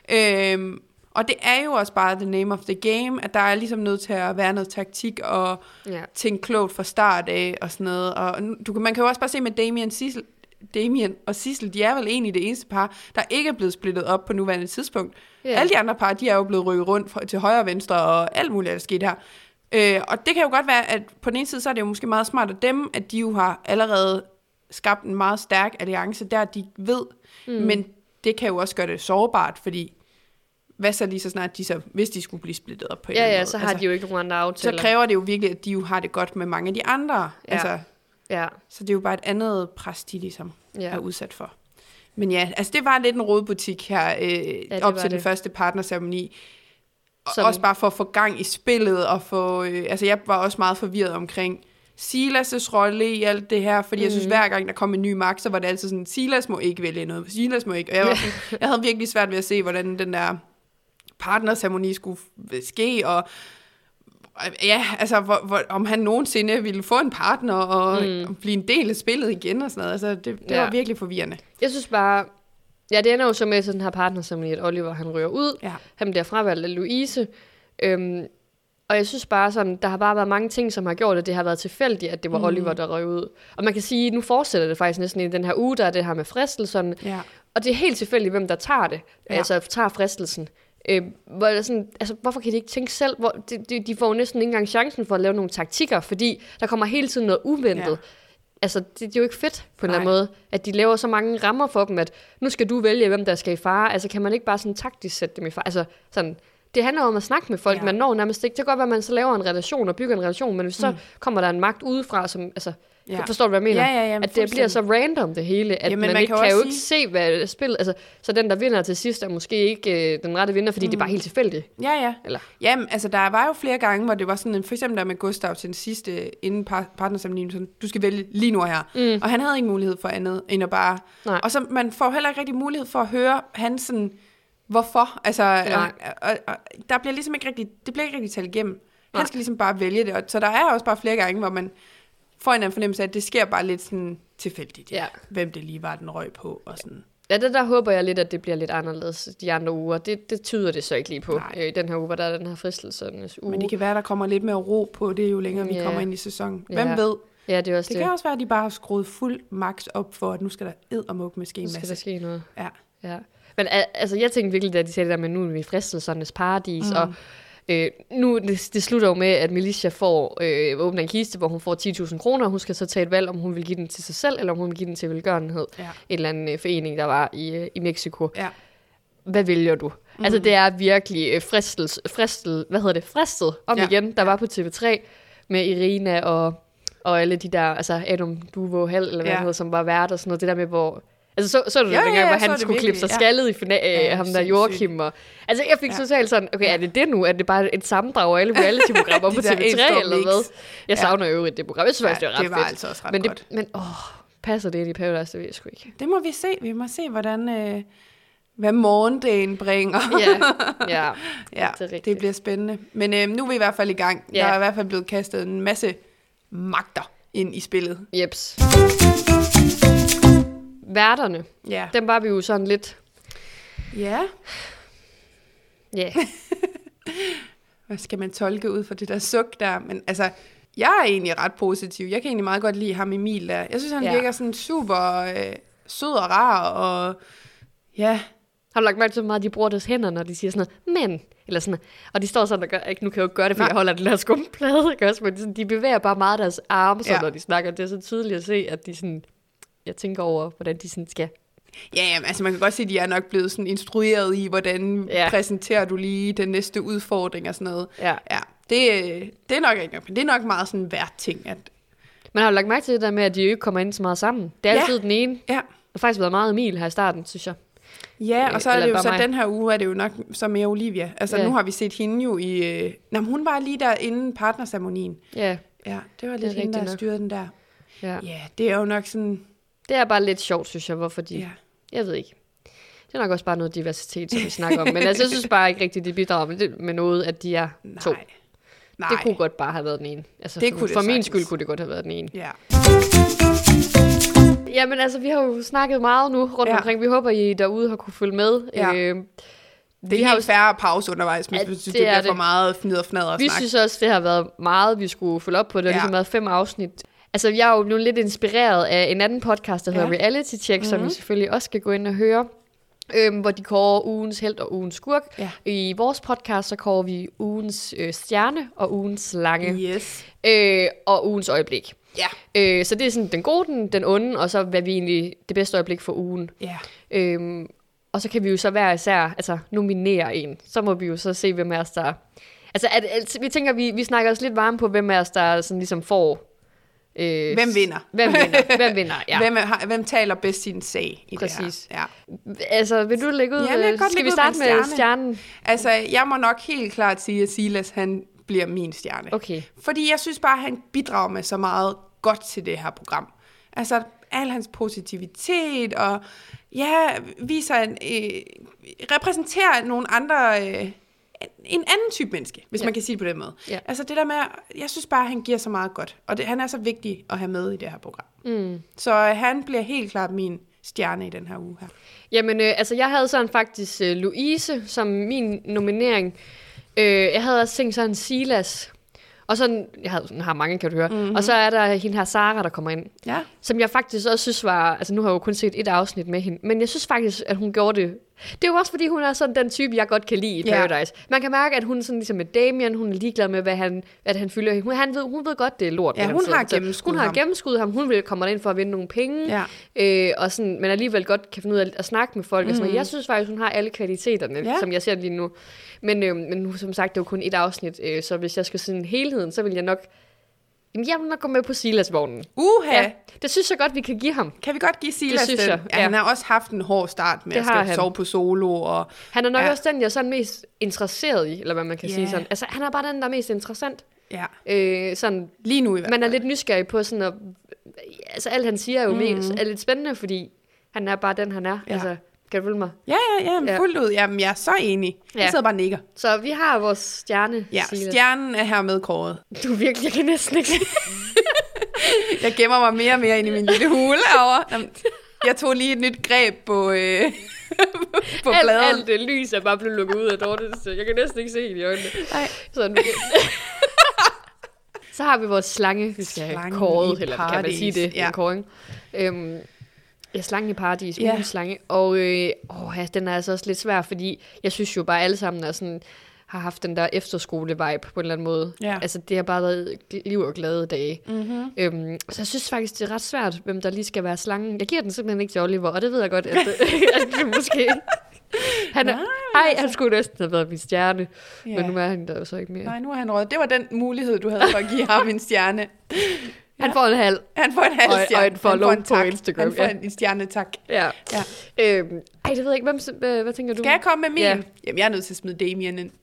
[SPEAKER 2] og det er jo også bare the name of the game, at der er ligesom nødt til at være noget taktik, og tænke klogt fra start af, og sådan noget, og man kan jo også bare se med Damien og Sissel, de er vel egentlig det eneste par, der ikke er blevet splittet op på nuværende tidspunkt. Yeah. Alle de andre par, de er jo blevet rykket rundt til højre og venstre, og alt muligt er der sket her. Og det kan jo godt være, at på den ene side, så er det jo måske meget smart af dem, at de jo har allerede skabt en meget stærk alliance, der de ved, men det kan jo også gøre det sårbart, fordi hvad så lige så snart hvis de skulle blive splittet op på en eller anden måde.
[SPEAKER 1] Så har de jo ikke nogen andre aftaler.
[SPEAKER 2] Så kræver det jo virkelig, at de jo har det godt med mange af de andre. Så det er jo bare et andet pres, de ligesom er udsat for. Men altså det var lidt en rodbutik her op til den første partnerceremoni. Også bare for at få gang i spillet og få... altså jeg var også meget forvirret omkring Silas' rolle i alt det her, fordi jeg synes, hver gang der kom en ny magt, så var det altid sådan, Silas må ikke vælge noget, Silas må ikke. Og jeg havde virkelig svært ved at se, hvordan den der partnerceremoni skulle ske, og altså om han nogensinde ville få en partner og blive en del af spillet igen og sådan noget. Altså det var virkelig forvirrende.
[SPEAKER 1] Jeg synes bare, det ender jo så med den her partnerceremoni, at Oliver han ryger ud, han bliver fravalgt af Louise, og jeg synes bare sådan, der har bare været mange ting, som har gjort, at det har været tilfældigt, at det var Oliver, der røg ud. Og man kan sige, nu fortsætter det faktisk næsten i den her uge, der er det her med fristelserne, og det er helt tilfældigt, hvem der tager det, altså tager fristelsen. Hvor sådan, altså, hvorfor kan de ikke tænke selv? De får jo næsten ikke engang chancen for at lave nogle taktikker, fordi der kommer hele tiden noget uventet. altså, det er jo ikke fedt på en eller anden måde, at de laver så mange rammer for dem, at nu skal du vælge, hvem der skal i fare. Altså, kan man ikke bare sådan taktisk sætte dem i fare? Altså, sådan, det handler om at snakke med folk, man når nærmest ikke. Det kan godt være, at man så laver en relation og bygger en relation, men hvis så kommer der en magt udefra, som, altså, forstår du, hvad jeg mener?
[SPEAKER 2] Ja,
[SPEAKER 1] at det bliver så random, det hele, at man ikke kan jo ikke se, hvad spillet, altså, så den, der vinder til sidst, er måske ikke den rette vinder, fordi det er bare helt tilfældigt.
[SPEAKER 2] Ja. Eller? Jamen, altså, der var jo flere gange, hvor det var sådan, for eksempel der med Gustav til den sidste, inden partnersammenligning, sådan, du skal vælge lige nu her. Og han havde ikke mulighed for andet, end at bare... Nej. Og så man får heller ikke rigtig mulighed for at høre hans sådan, hvorfor. Altså, og der bliver ligesom ikke rigtig, det bliver ikke rigtig talt igennem. Han skal ligesom bare vælge det. Og, så der er også bare flere gange, hvor man får en fornemmelse af, at det sker bare lidt sådan tilfældigt, hvem det lige var, den røg på og sådan.
[SPEAKER 1] Ja, der håber jeg lidt, at det bliver lidt anderledes de andre uger. Det tyder det så ikke lige på. I den her uge, hvor der er den her fristelsernes uge.
[SPEAKER 2] Men det kan være, der kommer lidt mere ro på det, jo længere vi kommer ind i sæsonen. Hvem ved?
[SPEAKER 1] Ja, det er også
[SPEAKER 2] det. Kan også være, at de bare har skruet fuld max op for, at nu skal der eddermuk med ske en masse.
[SPEAKER 1] Nu skal der ske noget.
[SPEAKER 2] Ja.
[SPEAKER 1] Men altså, jeg tænkte virkelig, da de sagde det der med, nu er vi i fristelsernes paradis, og nu, det slutter jo med, at Milicia får åbnet en kiste, hvor hun får 10.000 kroner, og hun skal så tage et valg, om hun vil give den til sig selv, eller om hun vil give den til velgørenhed. En eller anden forening, der var i Mexico. Ja. Hvad vælger du? Altså, det er virkelig fristet om igen, der var på TV3 med Irina og alle de der, altså Adam Duvo Hall, eller hvad hedder, som var vært og sådan noget, det der med, hvor... Altså, så du det dengang, hvor han skulle klippe sig skaldet i ham der Joachim. Og, altså, jeg fik totalt sådan, okay, er det nu? Er det bare et sammendrag af alle reality-programmer på TV3, eller hvad? Jeg savner jo det program. Jeg synes faktisk, det var ret fedt.
[SPEAKER 2] Det var altså også ret godt.
[SPEAKER 1] Men passer det ind i Paradise? Det ved jeg sgu ikke.
[SPEAKER 2] Det må vi se. Vi må se, hvordan... hvad morgendagen bringer. Ja, det bliver spændende. Men nu er vi i hvert fald i gang. Der er i hvert fald blevet kastet en masse magter ind i spillet.
[SPEAKER 1] Jeps. Værterne, dem var vi jo sådan lidt...
[SPEAKER 2] Ja. Hvad skal man tolke ud for det der suk der? Men altså, jeg er egentlig ret positiv. Jeg kan egentlig meget godt lide ham Emil der. Jeg synes, han virker sådan super sød og rar, og
[SPEAKER 1] Har du lagt mærke til, hvor meget de bruger deres hænder, når de siger sådan noget, men... Eller sådan, og de står sådan og gør, nu kan jeg jo ikke gøre det, fordi jeg holder den der skumplade, ikke også? Men de bevæger bare meget deres arme, så når de snakker. Det er så tydeligt at se, at de sådan... Jeg tænker over, hvordan de sådan skal...
[SPEAKER 2] Ja, altså man kan godt se, at de er nok blevet sådan instrueret i, hvordan præsenterer du lige den næste udfordring og sådan noget. Ja. Det er nok ikke nok, men det er nok meget sådan hvert ting. At...
[SPEAKER 1] Man har jo lagt mærke til det der med, at de jo ikke kommer ind så meget sammen. Det er altid den ene. Ja. Der har faktisk været meget Emil her i starten, synes jeg.
[SPEAKER 2] Ja, og så er det jo så den her uge, er det jo nok så mere Olivia. Altså nu har vi set hende jo i... hun var lige der inden partnerceremonien. Ja, det var lidt hende, der styrede den der. Ja, det er jo nok sådan...
[SPEAKER 1] Det er bare lidt sjovt, synes jeg, hvorfor de... Jeg ved ikke. Det er nok også bare noget diversitet, som vi snakker om. Men altså, jeg synes bare ikke rigtigt, de bidrager med noget, at de er to. Nej. Det kunne godt bare have været den ene. Altså, for min skyld kunne det godt have været den ene. Ja. Jamen altså, vi har jo snakket meget nu rundt omkring. Vi håber, I derude har kunne følge med. Ja.
[SPEAKER 2] Det er helt færre pause undervejs, hvis vi synes, det bliver for meget fnidder
[SPEAKER 1] Vi synes også, det har været meget, vi skulle følge op på. Det har ligesom været 5 afsnit. Altså, jeg er jo blevet lidt inspireret af en anden podcast, der hedder Reality Check, som I selvfølgelig også skal gå ind og høre, hvor de kårer ugens helt og ugens skurk. Ja. I vores podcast, så kårer vi ugens stjerne og ugens slange. Yes. Og ugens øjeblik. Ja. Så det er sådan den gode, den onde, og så hvad vi egentlig det bedste øjeblik for ugen. Ja. Og så kan vi jo så hver især nominere en. Så må vi jo så se, hvem af os der... Altså, vi tænker, vi snakker os lidt varme på, hvem af os der sådan ligesom får...
[SPEAKER 2] Hvem vinder?
[SPEAKER 1] Hvem vinder, ja.
[SPEAKER 2] Hvem taler bedst sin sag i
[SPEAKER 1] Præcis.
[SPEAKER 2] det her? Ja.
[SPEAKER 1] Altså, vil du lægge ud? Skal vi starte med stjernen?
[SPEAKER 2] Altså, jeg må nok helt klart sige, at Silas, han bliver min stjerne. Okay. Fordi jeg synes bare, at han bidrager med så meget godt til det her program. Altså, al hans positivitet, og viser repræsenterer nogle andre... en anden type menneske, hvis man kan sige det på den måde. Ja. Altså det der med, jeg synes bare, at han giver så meget godt. Og han er så vigtig at have med i det her program. Så han bliver helt klart min stjerne i den her uge her.
[SPEAKER 1] Jamen, altså jeg havde sådan faktisk Louise som min nominering. Jeg havde også tænkt sådan Silas. Og sådan, jeg har mange, kan du høre. Mm-hmm. Og så er der hende her, Sara, der kommer ind. Ja. Som jeg faktisk også synes var, altså nu har jeg jo kun set 1 afsnit med hende, men jeg synes faktisk, at hun gjorde det Det er jo også, fordi hun er sådan den type, jeg godt kan lide i Paradise. Man kan mærke, at hun sådan ligesom med Damien, hun er ligeglad med, hvad han fylder. Hun ved godt, det er lort.
[SPEAKER 2] Ja, hun har gennemskuddet
[SPEAKER 1] ham. Hun vil komme ind for at vinde nogle penge. Og sådan, men alligevel godt kan finde ud af at snakke med folk. Og sådan. Jeg synes faktisk, hun har alle kvaliteterne, som jeg ser lige nu. Men nu, som sagt, det er jo kun et afsnit. Så hvis jeg skal sige helheden, så vil jeg nok... Jamen, jeg vil nok gå med på Silas-vognen.
[SPEAKER 2] Ja,
[SPEAKER 1] det synes jeg godt, vi kan give ham.
[SPEAKER 2] Kan vi godt give Silas
[SPEAKER 1] det? Synes jeg.
[SPEAKER 2] Ja, han har også haft en hård start med at sove på solo. Og,
[SPEAKER 1] han er nok også den, jeg er sådan mest interesseret i, eller hvad man kan sige sådan. Altså, han er bare den, der er mest interessant.
[SPEAKER 2] Ja.
[SPEAKER 1] Sådan,
[SPEAKER 2] lige nu i hvert fald.
[SPEAKER 1] Man er lidt nysgerrig på sådan at... Altså, alt han siger er jo mest, er lidt spændende, fordi han er bare den, han er. Altså, kan du følge mig?
[SPEAKER 2] Ja, fuldt ud. Jamen, jeg er så enig. Jeg sidder bare og nikker.
[SPEAKER 1] Så vi har vores stjerne.
[SPEAKER 2] Ja, stjernen er her medkåret.
[SPEAKER 1] Du virkelig kan næsten ikke.
[SPEAKER 2] Jeg gemmer mig mere og mere ind i min lille hule herovre. Jeg tog lige et nyt greb på bladet.
[SPEAKER 1] Alt det lys er bare blevet lukket ud af Dorte. Jeg kan næsten ikke se det i øjnene.
[SPEAKER 2] Nej.
[SPEAKER 1] Sådan. Så har vi vores slange, vi skal have kåret, eller kan man sige det, en kåring. Slangen i paradis, ugens slange. Og den er altså også lidt svær, fordi jeg synes jo bare alle sammen er sådan, har haft den der efterskole-vibe på en eller anden måde. Ja. Altså det har bare været liv og glade dage. Så jeg synes faktisk, det er ret svært, hvem der lige skal være slangen. Jeg giver den simpelthen ikke til Oliver, og det ved jeg godt, at det måske... Han skulle næsten have været min stjerne, men nu er han der jo så ikke mere.
[SPEAKER 2] Nej, nu er han rød. Det var den mulighed, du havde for at give ham en stjerne.
[SPEAKER 1] Han får en halv.
[SPEAKER 2] Han får en halv stjerne.
[SPEAKER 1] Og en follow på Instagram.
[SPEAKER 2] Han får en stjerne, tak.
[SPEAKER 1] Ja. Det ved jeg ikke. Hvad tænker du?
[SPEAKER 2] Skal jeg komme med min? Ja. Jamen, jeg er nødt til at smide Damien ind.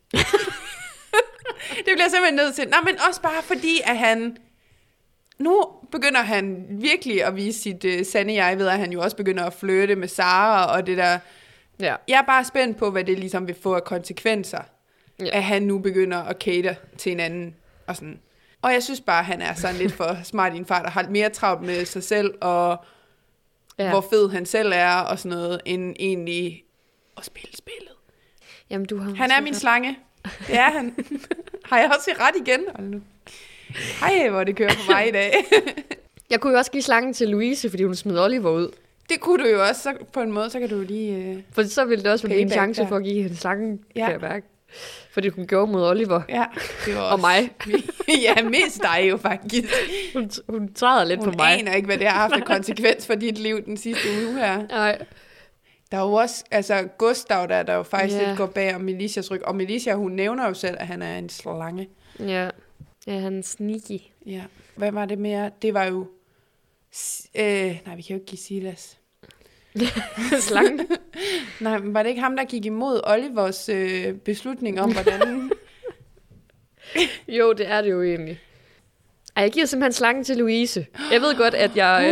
[SPEAKER 2] Det bliver jeg simpelthen nødt til. Nej, men også bare fordi, at han... Nu begynder han virkelig at vise sit sande jeg, ved at han jo også begynder at flirte med Sara og det der... Ja. Jeg er bare spændt på, hvad det ligesom vil få af konsekvenser, at han nu begynder at cater til en anden og sådan... Og jeg synes bare, at han er sådan lidt for smart i en fart, og har mere travlt med sig selv, og hvor fed han selv er, og sådan noget, end egentlig at spille spillet.
[SPEAKER 1] Jamen,
[SPEAKER 2] han er min slange. Det er han. Har jeg også ret igen? Hej, hvor det kører for mig i dag.
[SPEAKER 1] Jeg kunne jo også give slangen til Louise, fordi hun smed Oliver ud.
[SPEAKER 2] Det kunne du jo også, så på en måde, så kan du lige...
[SPEAKER 1] For så ville det også være en chance for at give hende slangen, kan jeg mærke. Fordi hun gjorde mod Oliver.
[SPEAKER 2] Ja, det var også...
[SPEAKER 1] Og mig.
[SPEAKER 2] Ja, mest dig jo faktisk.
[SPEAKER 1] Hun træder lidt på mig.
[SPEAKER 2] Hun aner ikke, hvad det har haft af konsekvens for dit liv den sidste uge her.
[SPEAKER 1] Nej.
[SPEAKER 2] Der er jo også, altså Gustav, der jo faktisk lidt går bag om Melicias ryg. Og Melicia, hun nævner jo selv, at han er en slange.
[SPEAKER 1] Ja, han er sneaky.
[SPEAKER 2] Ja, hvad var det mere? Det var jo... nej, vi kan jo ikke give Silas.
[SPEAKER 1] Slangen?
[SPEAKER 2] Nej, men var det ikke ham, der gik imod Olivers beslutning om, hvordan...
[SPEAKER 1] Jo, det er det jo egentlig. Jeg giver simpelthen slangen til Louise. Jeg ved godt,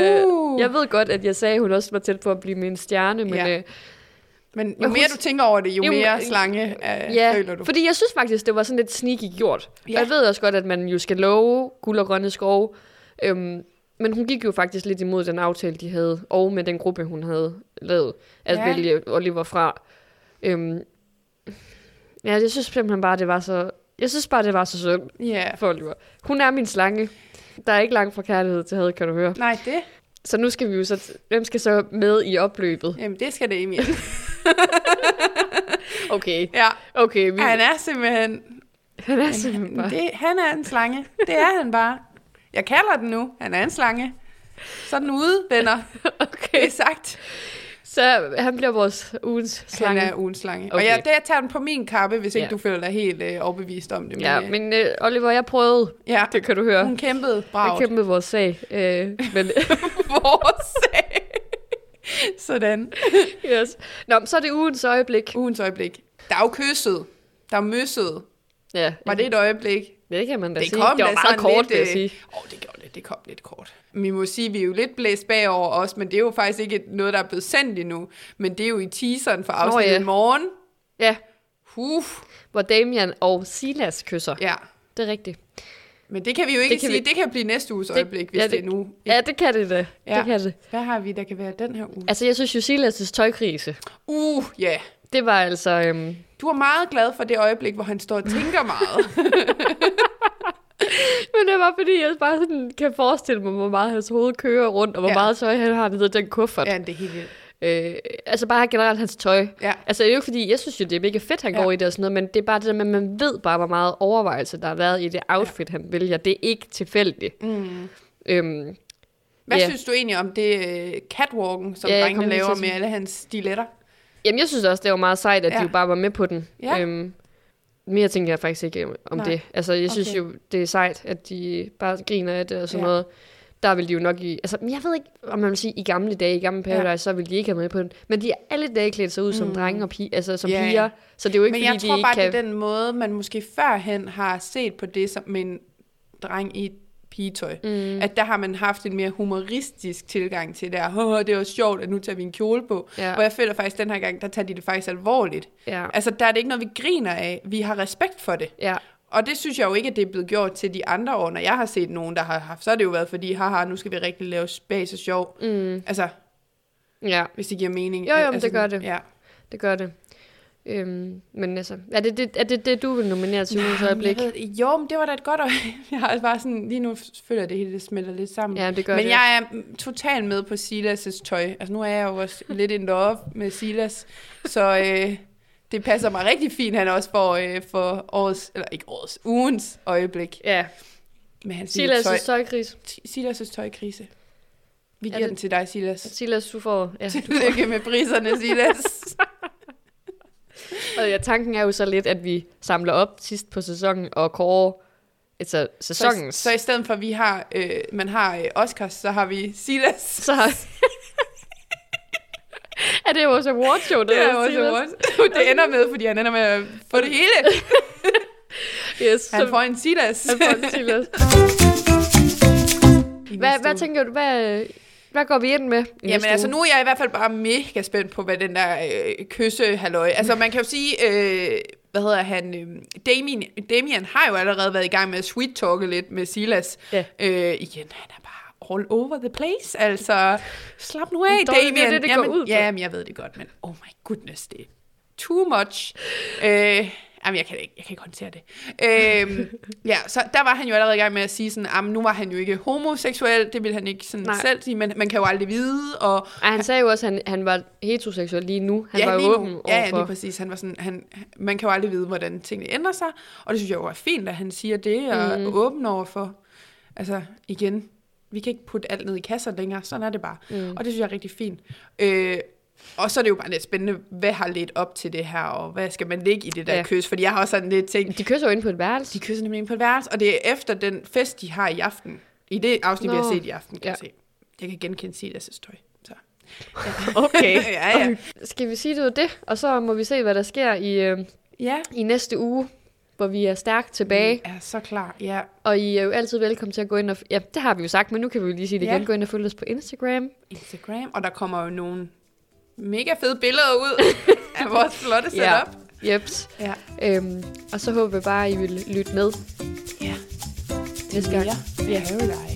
[SPEAKER 1] at jeg sagde, at hun også var tæt på at blive min stjerne, men...
[SPEAKER 2] Men jo mere du tænker over det, jo mere slange føler du.
[SPEAKER 1] Fordi jeg synes faktisk, det var sådan lidt sneaky gjort. Ja. Og jeg ved også godt, at man jo skal love guld og grønne skove. Men hun gik jo faktisk lidt imod den aftale, de havde, og med den gruppe, hun havde lavet, at vælge Oliver fra. Jeg synes simpelthen bare, det var så... Jeg synes bare, det var så synd for Oliver. Hun er min slange. Der er ikke langt fra kærlighed til had, kan du høre.
[SPEAKER 2] Nej, det.
[SPEAKER 1] Så nu skal vi jo så... Hvem skal så med i opløbet?
[SPEAKER 2] Jamen, det skal det Emil.
[SPEAKER 1] Okay.
[SPEAKER 2] Ja.
[SPEAKER 1] Okay.
[SPEAKER 2] Han er simpelthen...
[SPEAKER 1] Han er simpelthen bare...
[SPEAKER 2] Han er en slange. Det er han bare. Jeg kalder den nu. Han er en slange. Så er den ude, venner.
[SPEAKER 1] Okay.
[SPEAKER 2] Det er sagt.
[SPEAKER 1] Så han bliver vores ugens slange.
[SPEAKER 2] Han er ugens slange.
[SPEAKER 1] Okay.
[SPEAKER 2] Og jeg tager den på min kappe, hvis ikke du føler dig helt overbevist om det.
[SPEAKER 1] Men Oliver, jeg prøvede.
[SPEAKER 2] Ja,
[SPEAKER 1] det kan du høre.
[SPEAKER 2] Hun kæmpede bravt.
[SPEAKER 1] Jeg kæmpede vores sag. Men
[SPEAKER 2] vores sag. Sådan.
[SPEAKER 1] Yes. Nå, så er det ugens øjeblik.
[SPEAKER 2] Ugens øjeblik. Der er jo kysset. Der er møsset.
[SPEAKER 1] Ja.
[SPEAKER 2] Var det et øjeblik?
[SPEAKER 1] Det kan man da sige.
[SPEAKER 2] Det var
[SPEAKER 1] meget kort, vil jeg sige.
[SPEAKER 2] Det kom lidt kort. Vi må sige, vi er jo lidt blæst bagover os, men det er jo faktisk ikke noget, der er blevet sendt endnu. Men det er jo i teaseren for afsnittet i morgen.
[SPEAKER 1] Ja. Hvor Damien og Silas kysser.
[SPEAKER 2] Ja.
[SPEAKER 1] Det er rigtigt.
[SPEAKER 2] Men det kan vi jo ikke sige. Det kan blive næste uges øjeblik, hvis det er nu.
[SPEAKER 1] Ja, det kan det da.
[SPEAKER 2] Ja.
[SPEAKER 1] Det kan det.
[SPEAKER 2] Hvad har vi, der kan være den her uge?
[SPEAKER 1] Altså, jeg synes jo Silas' tøjkrise.
[SPEAKER 2] Ja.
[SPEAKER 1] Det var altså...
[SPEAKER 2] Du er meget glad for det øjeblik, hvor han står og tænker meget.
[SPEAKER 1] Men det var fordi, jeg bare sådan kan forestille mig, hvor meget hans hoved kører rundt, og hvor meget tøj han har nede i den kuffert.
[SPEAKER 2] Ja, det er helt vildt.
[SPEAKER 1] Altså bare generelt hans tøj.
[SPEAKER 2] Ja.
[SPEAKER 1] Altså det er jo fordi, jeg synes jo, det er mega fedt, han går i det og sådan noget, men det er bare det der med, man ved bare, hvor meget overvejelse, der har været i det outfit, han vælger. Det er ikke tilfældigt.
[SPEAKER 2] Hvad synes du egentlig om det catwalken, som drengene laver med alle hans stiletter?
[SPEAKER 1] Jamen, jeg synes også, det var meget sejt, at de jo bare var med på den.
[SPEAKER 2] Ja.
[SPEAKER 1] Mere tænker jeg faktisk ikke om det. Altså, jeg synes jo, det er sejt, at de bare griner af det og sådan noget. Der vil de jo nok altså, jeg ved ikke, om man vil sige, i gamle dage, i gamle Paradise, så vil de ikke have med på den. Men de er alle dage klædt sig ud som drenge og piger, som piger. Så det er jo ikke,
[SPEAKER 2] men
[SPEAKER 1] fordi
[SPEAKER 2] jeg tror bare, det er den måde, man måske førhen har set på det som en dreng i pigetøj. At der har man haft en mere humoristisk tilgang til det. Det var sjovt, at nu tager vi en kjole på. Ja. Hvor jeg føler faktisk, den her gang, der tager de det faktisk alvorligt. Ja. Altså, der er det ikke noget, vi griner af. Vi har respekt for det. Ja. Og det synes jeg jo ikke, at det er blevet gjort til de andre år. Når jeg har set nogen, der har haft, så har det jo været fordi, nu skal vi rigtig lave spas og sjov. Altså, hvis det giver mening.
[SPEAKER 1] Jo,
[SPEAKER 2] altså,
[SPEAKER 1] det gør det. Ja. Det gør det. Men altså, er det du vil nominere til ugens øjeblik?
[SPEAKER 2] Jo, men det var da et godt øjeblik. Jeg har bare sådan, lige nu føler det hele, det smelter lidt sammen.
[SPEAKER 1] Ja, det gør
[SPEAKER 2] men
[SPEAKER 1] det.
[SPEAKER 2] Jeg er totalt med på Silas' tøj. Altså nu er jeg jo også lidt in love med Silas, så det passer mig rigtig fint, han også får ugens øjeblik. Ja. Med hans
[SPEAKER 1] Silas' tøjkrise.
[SPEAKER 2] Silas' tøjkrise. Vi giver den til dig, Silas.
[SPEAKER 1] Silas, du får... Ja.
[SPEAKER 2] Tillykke med priserne, Silas.
[SPEAKER 1] Og tanken er jo så lidt, at vi samler op sidst på sæsonen og kårer sæsonens.
[SPEAKER 2] Så i stedet for, at vi har, man har Oscars, så har vi Silas.
[SPEAKER 1] Så har er det vores awardshow?
[SPEAKER 2] Det er vores awards. Det ender med, fordi han ender med at få det hele.
[SPEAKER 1] Yes,
[SPEAKER 2] han får en Silas.
[SPEAKER 1] Hvad tænker du, hvad går vi ind med?
[SPEAKER 2] Jamen altså, nu er jeg i hvert fald bare mega spændt på, hvad den der kyssehalløj. Altså man kan jo sige, Damien har jo allerede været i gang med at sweet-talke lidt med Silas. Ja. Igen, han er bare all over the place. Altså, slap nu af, Damien.
[SPEAKER 1] Det går ud på.
[SPEAKER 2] Jamen, jeg ved det godt, men oh my goodness, det er too much. Jamen, jeg kan ikke håndtere det. Så der var han jo allerede i gang med at sige sådan, nu var han jo ikke homoseksuel, det ville han ikke sådan selv sige, men man kan jo aldrig vide. Og
[SPEAKER 1] han sagde jo også, at han var heteroseksuel lige nu. Han var jo åben overfor.
[SPEAKER 2] Ja, lige præcis. Han var sådan, man kan jo aldrig vide, hvordan tingene ændrer sig, og det synes jeg jo er fint, at han siger det, og er åben overfor. Altså, igen, vi kan ikke putte alt ned i kasser længere, sådan er det bare. Og det synes jeg er rigtig fint. Og så er det jo bare lidt spændende, hvad har ledt op til det her, og hvad skal man lægge i det der kys? Fordi jeg har også sådan lidt tænkt...
[SPEAKER 1] De kysser jo inde på et værelse.
[SPEAKER 2] De kysser nemlig inde på et værelse, og det er efter den fest, de har i aften. I det afsnit, vi har set i aften, kan jeg se. Jeg kan genkende Silas' tøj. Så.
[SPEAKER 1] Ja. Okay. ja. Skal vi sige det? Og så må vi se, hvad der sker i næste uge, hvor vi er stærkt tilbage.
[SPEAKER 2] Vi er så klar, ja.
[SPEAKER 1] Og I er jo altid velkommen til at gå ind og... Ja, det har vi jo sagt, men nu kan vi jo lige sige det igen. Gå ind og følge os på Instagram.
[SPEAKER 2] Og der kommer jo nogle mega fede billeder ud af vores flotte setup.
[SPEAKER 1] Jeps. Ja. Og så håber vi bare, I vil lytte med.
[SPEAKER 2] Ja.
[SPEAKER 1] Næste gang.
[SPEAKER 2] Ja.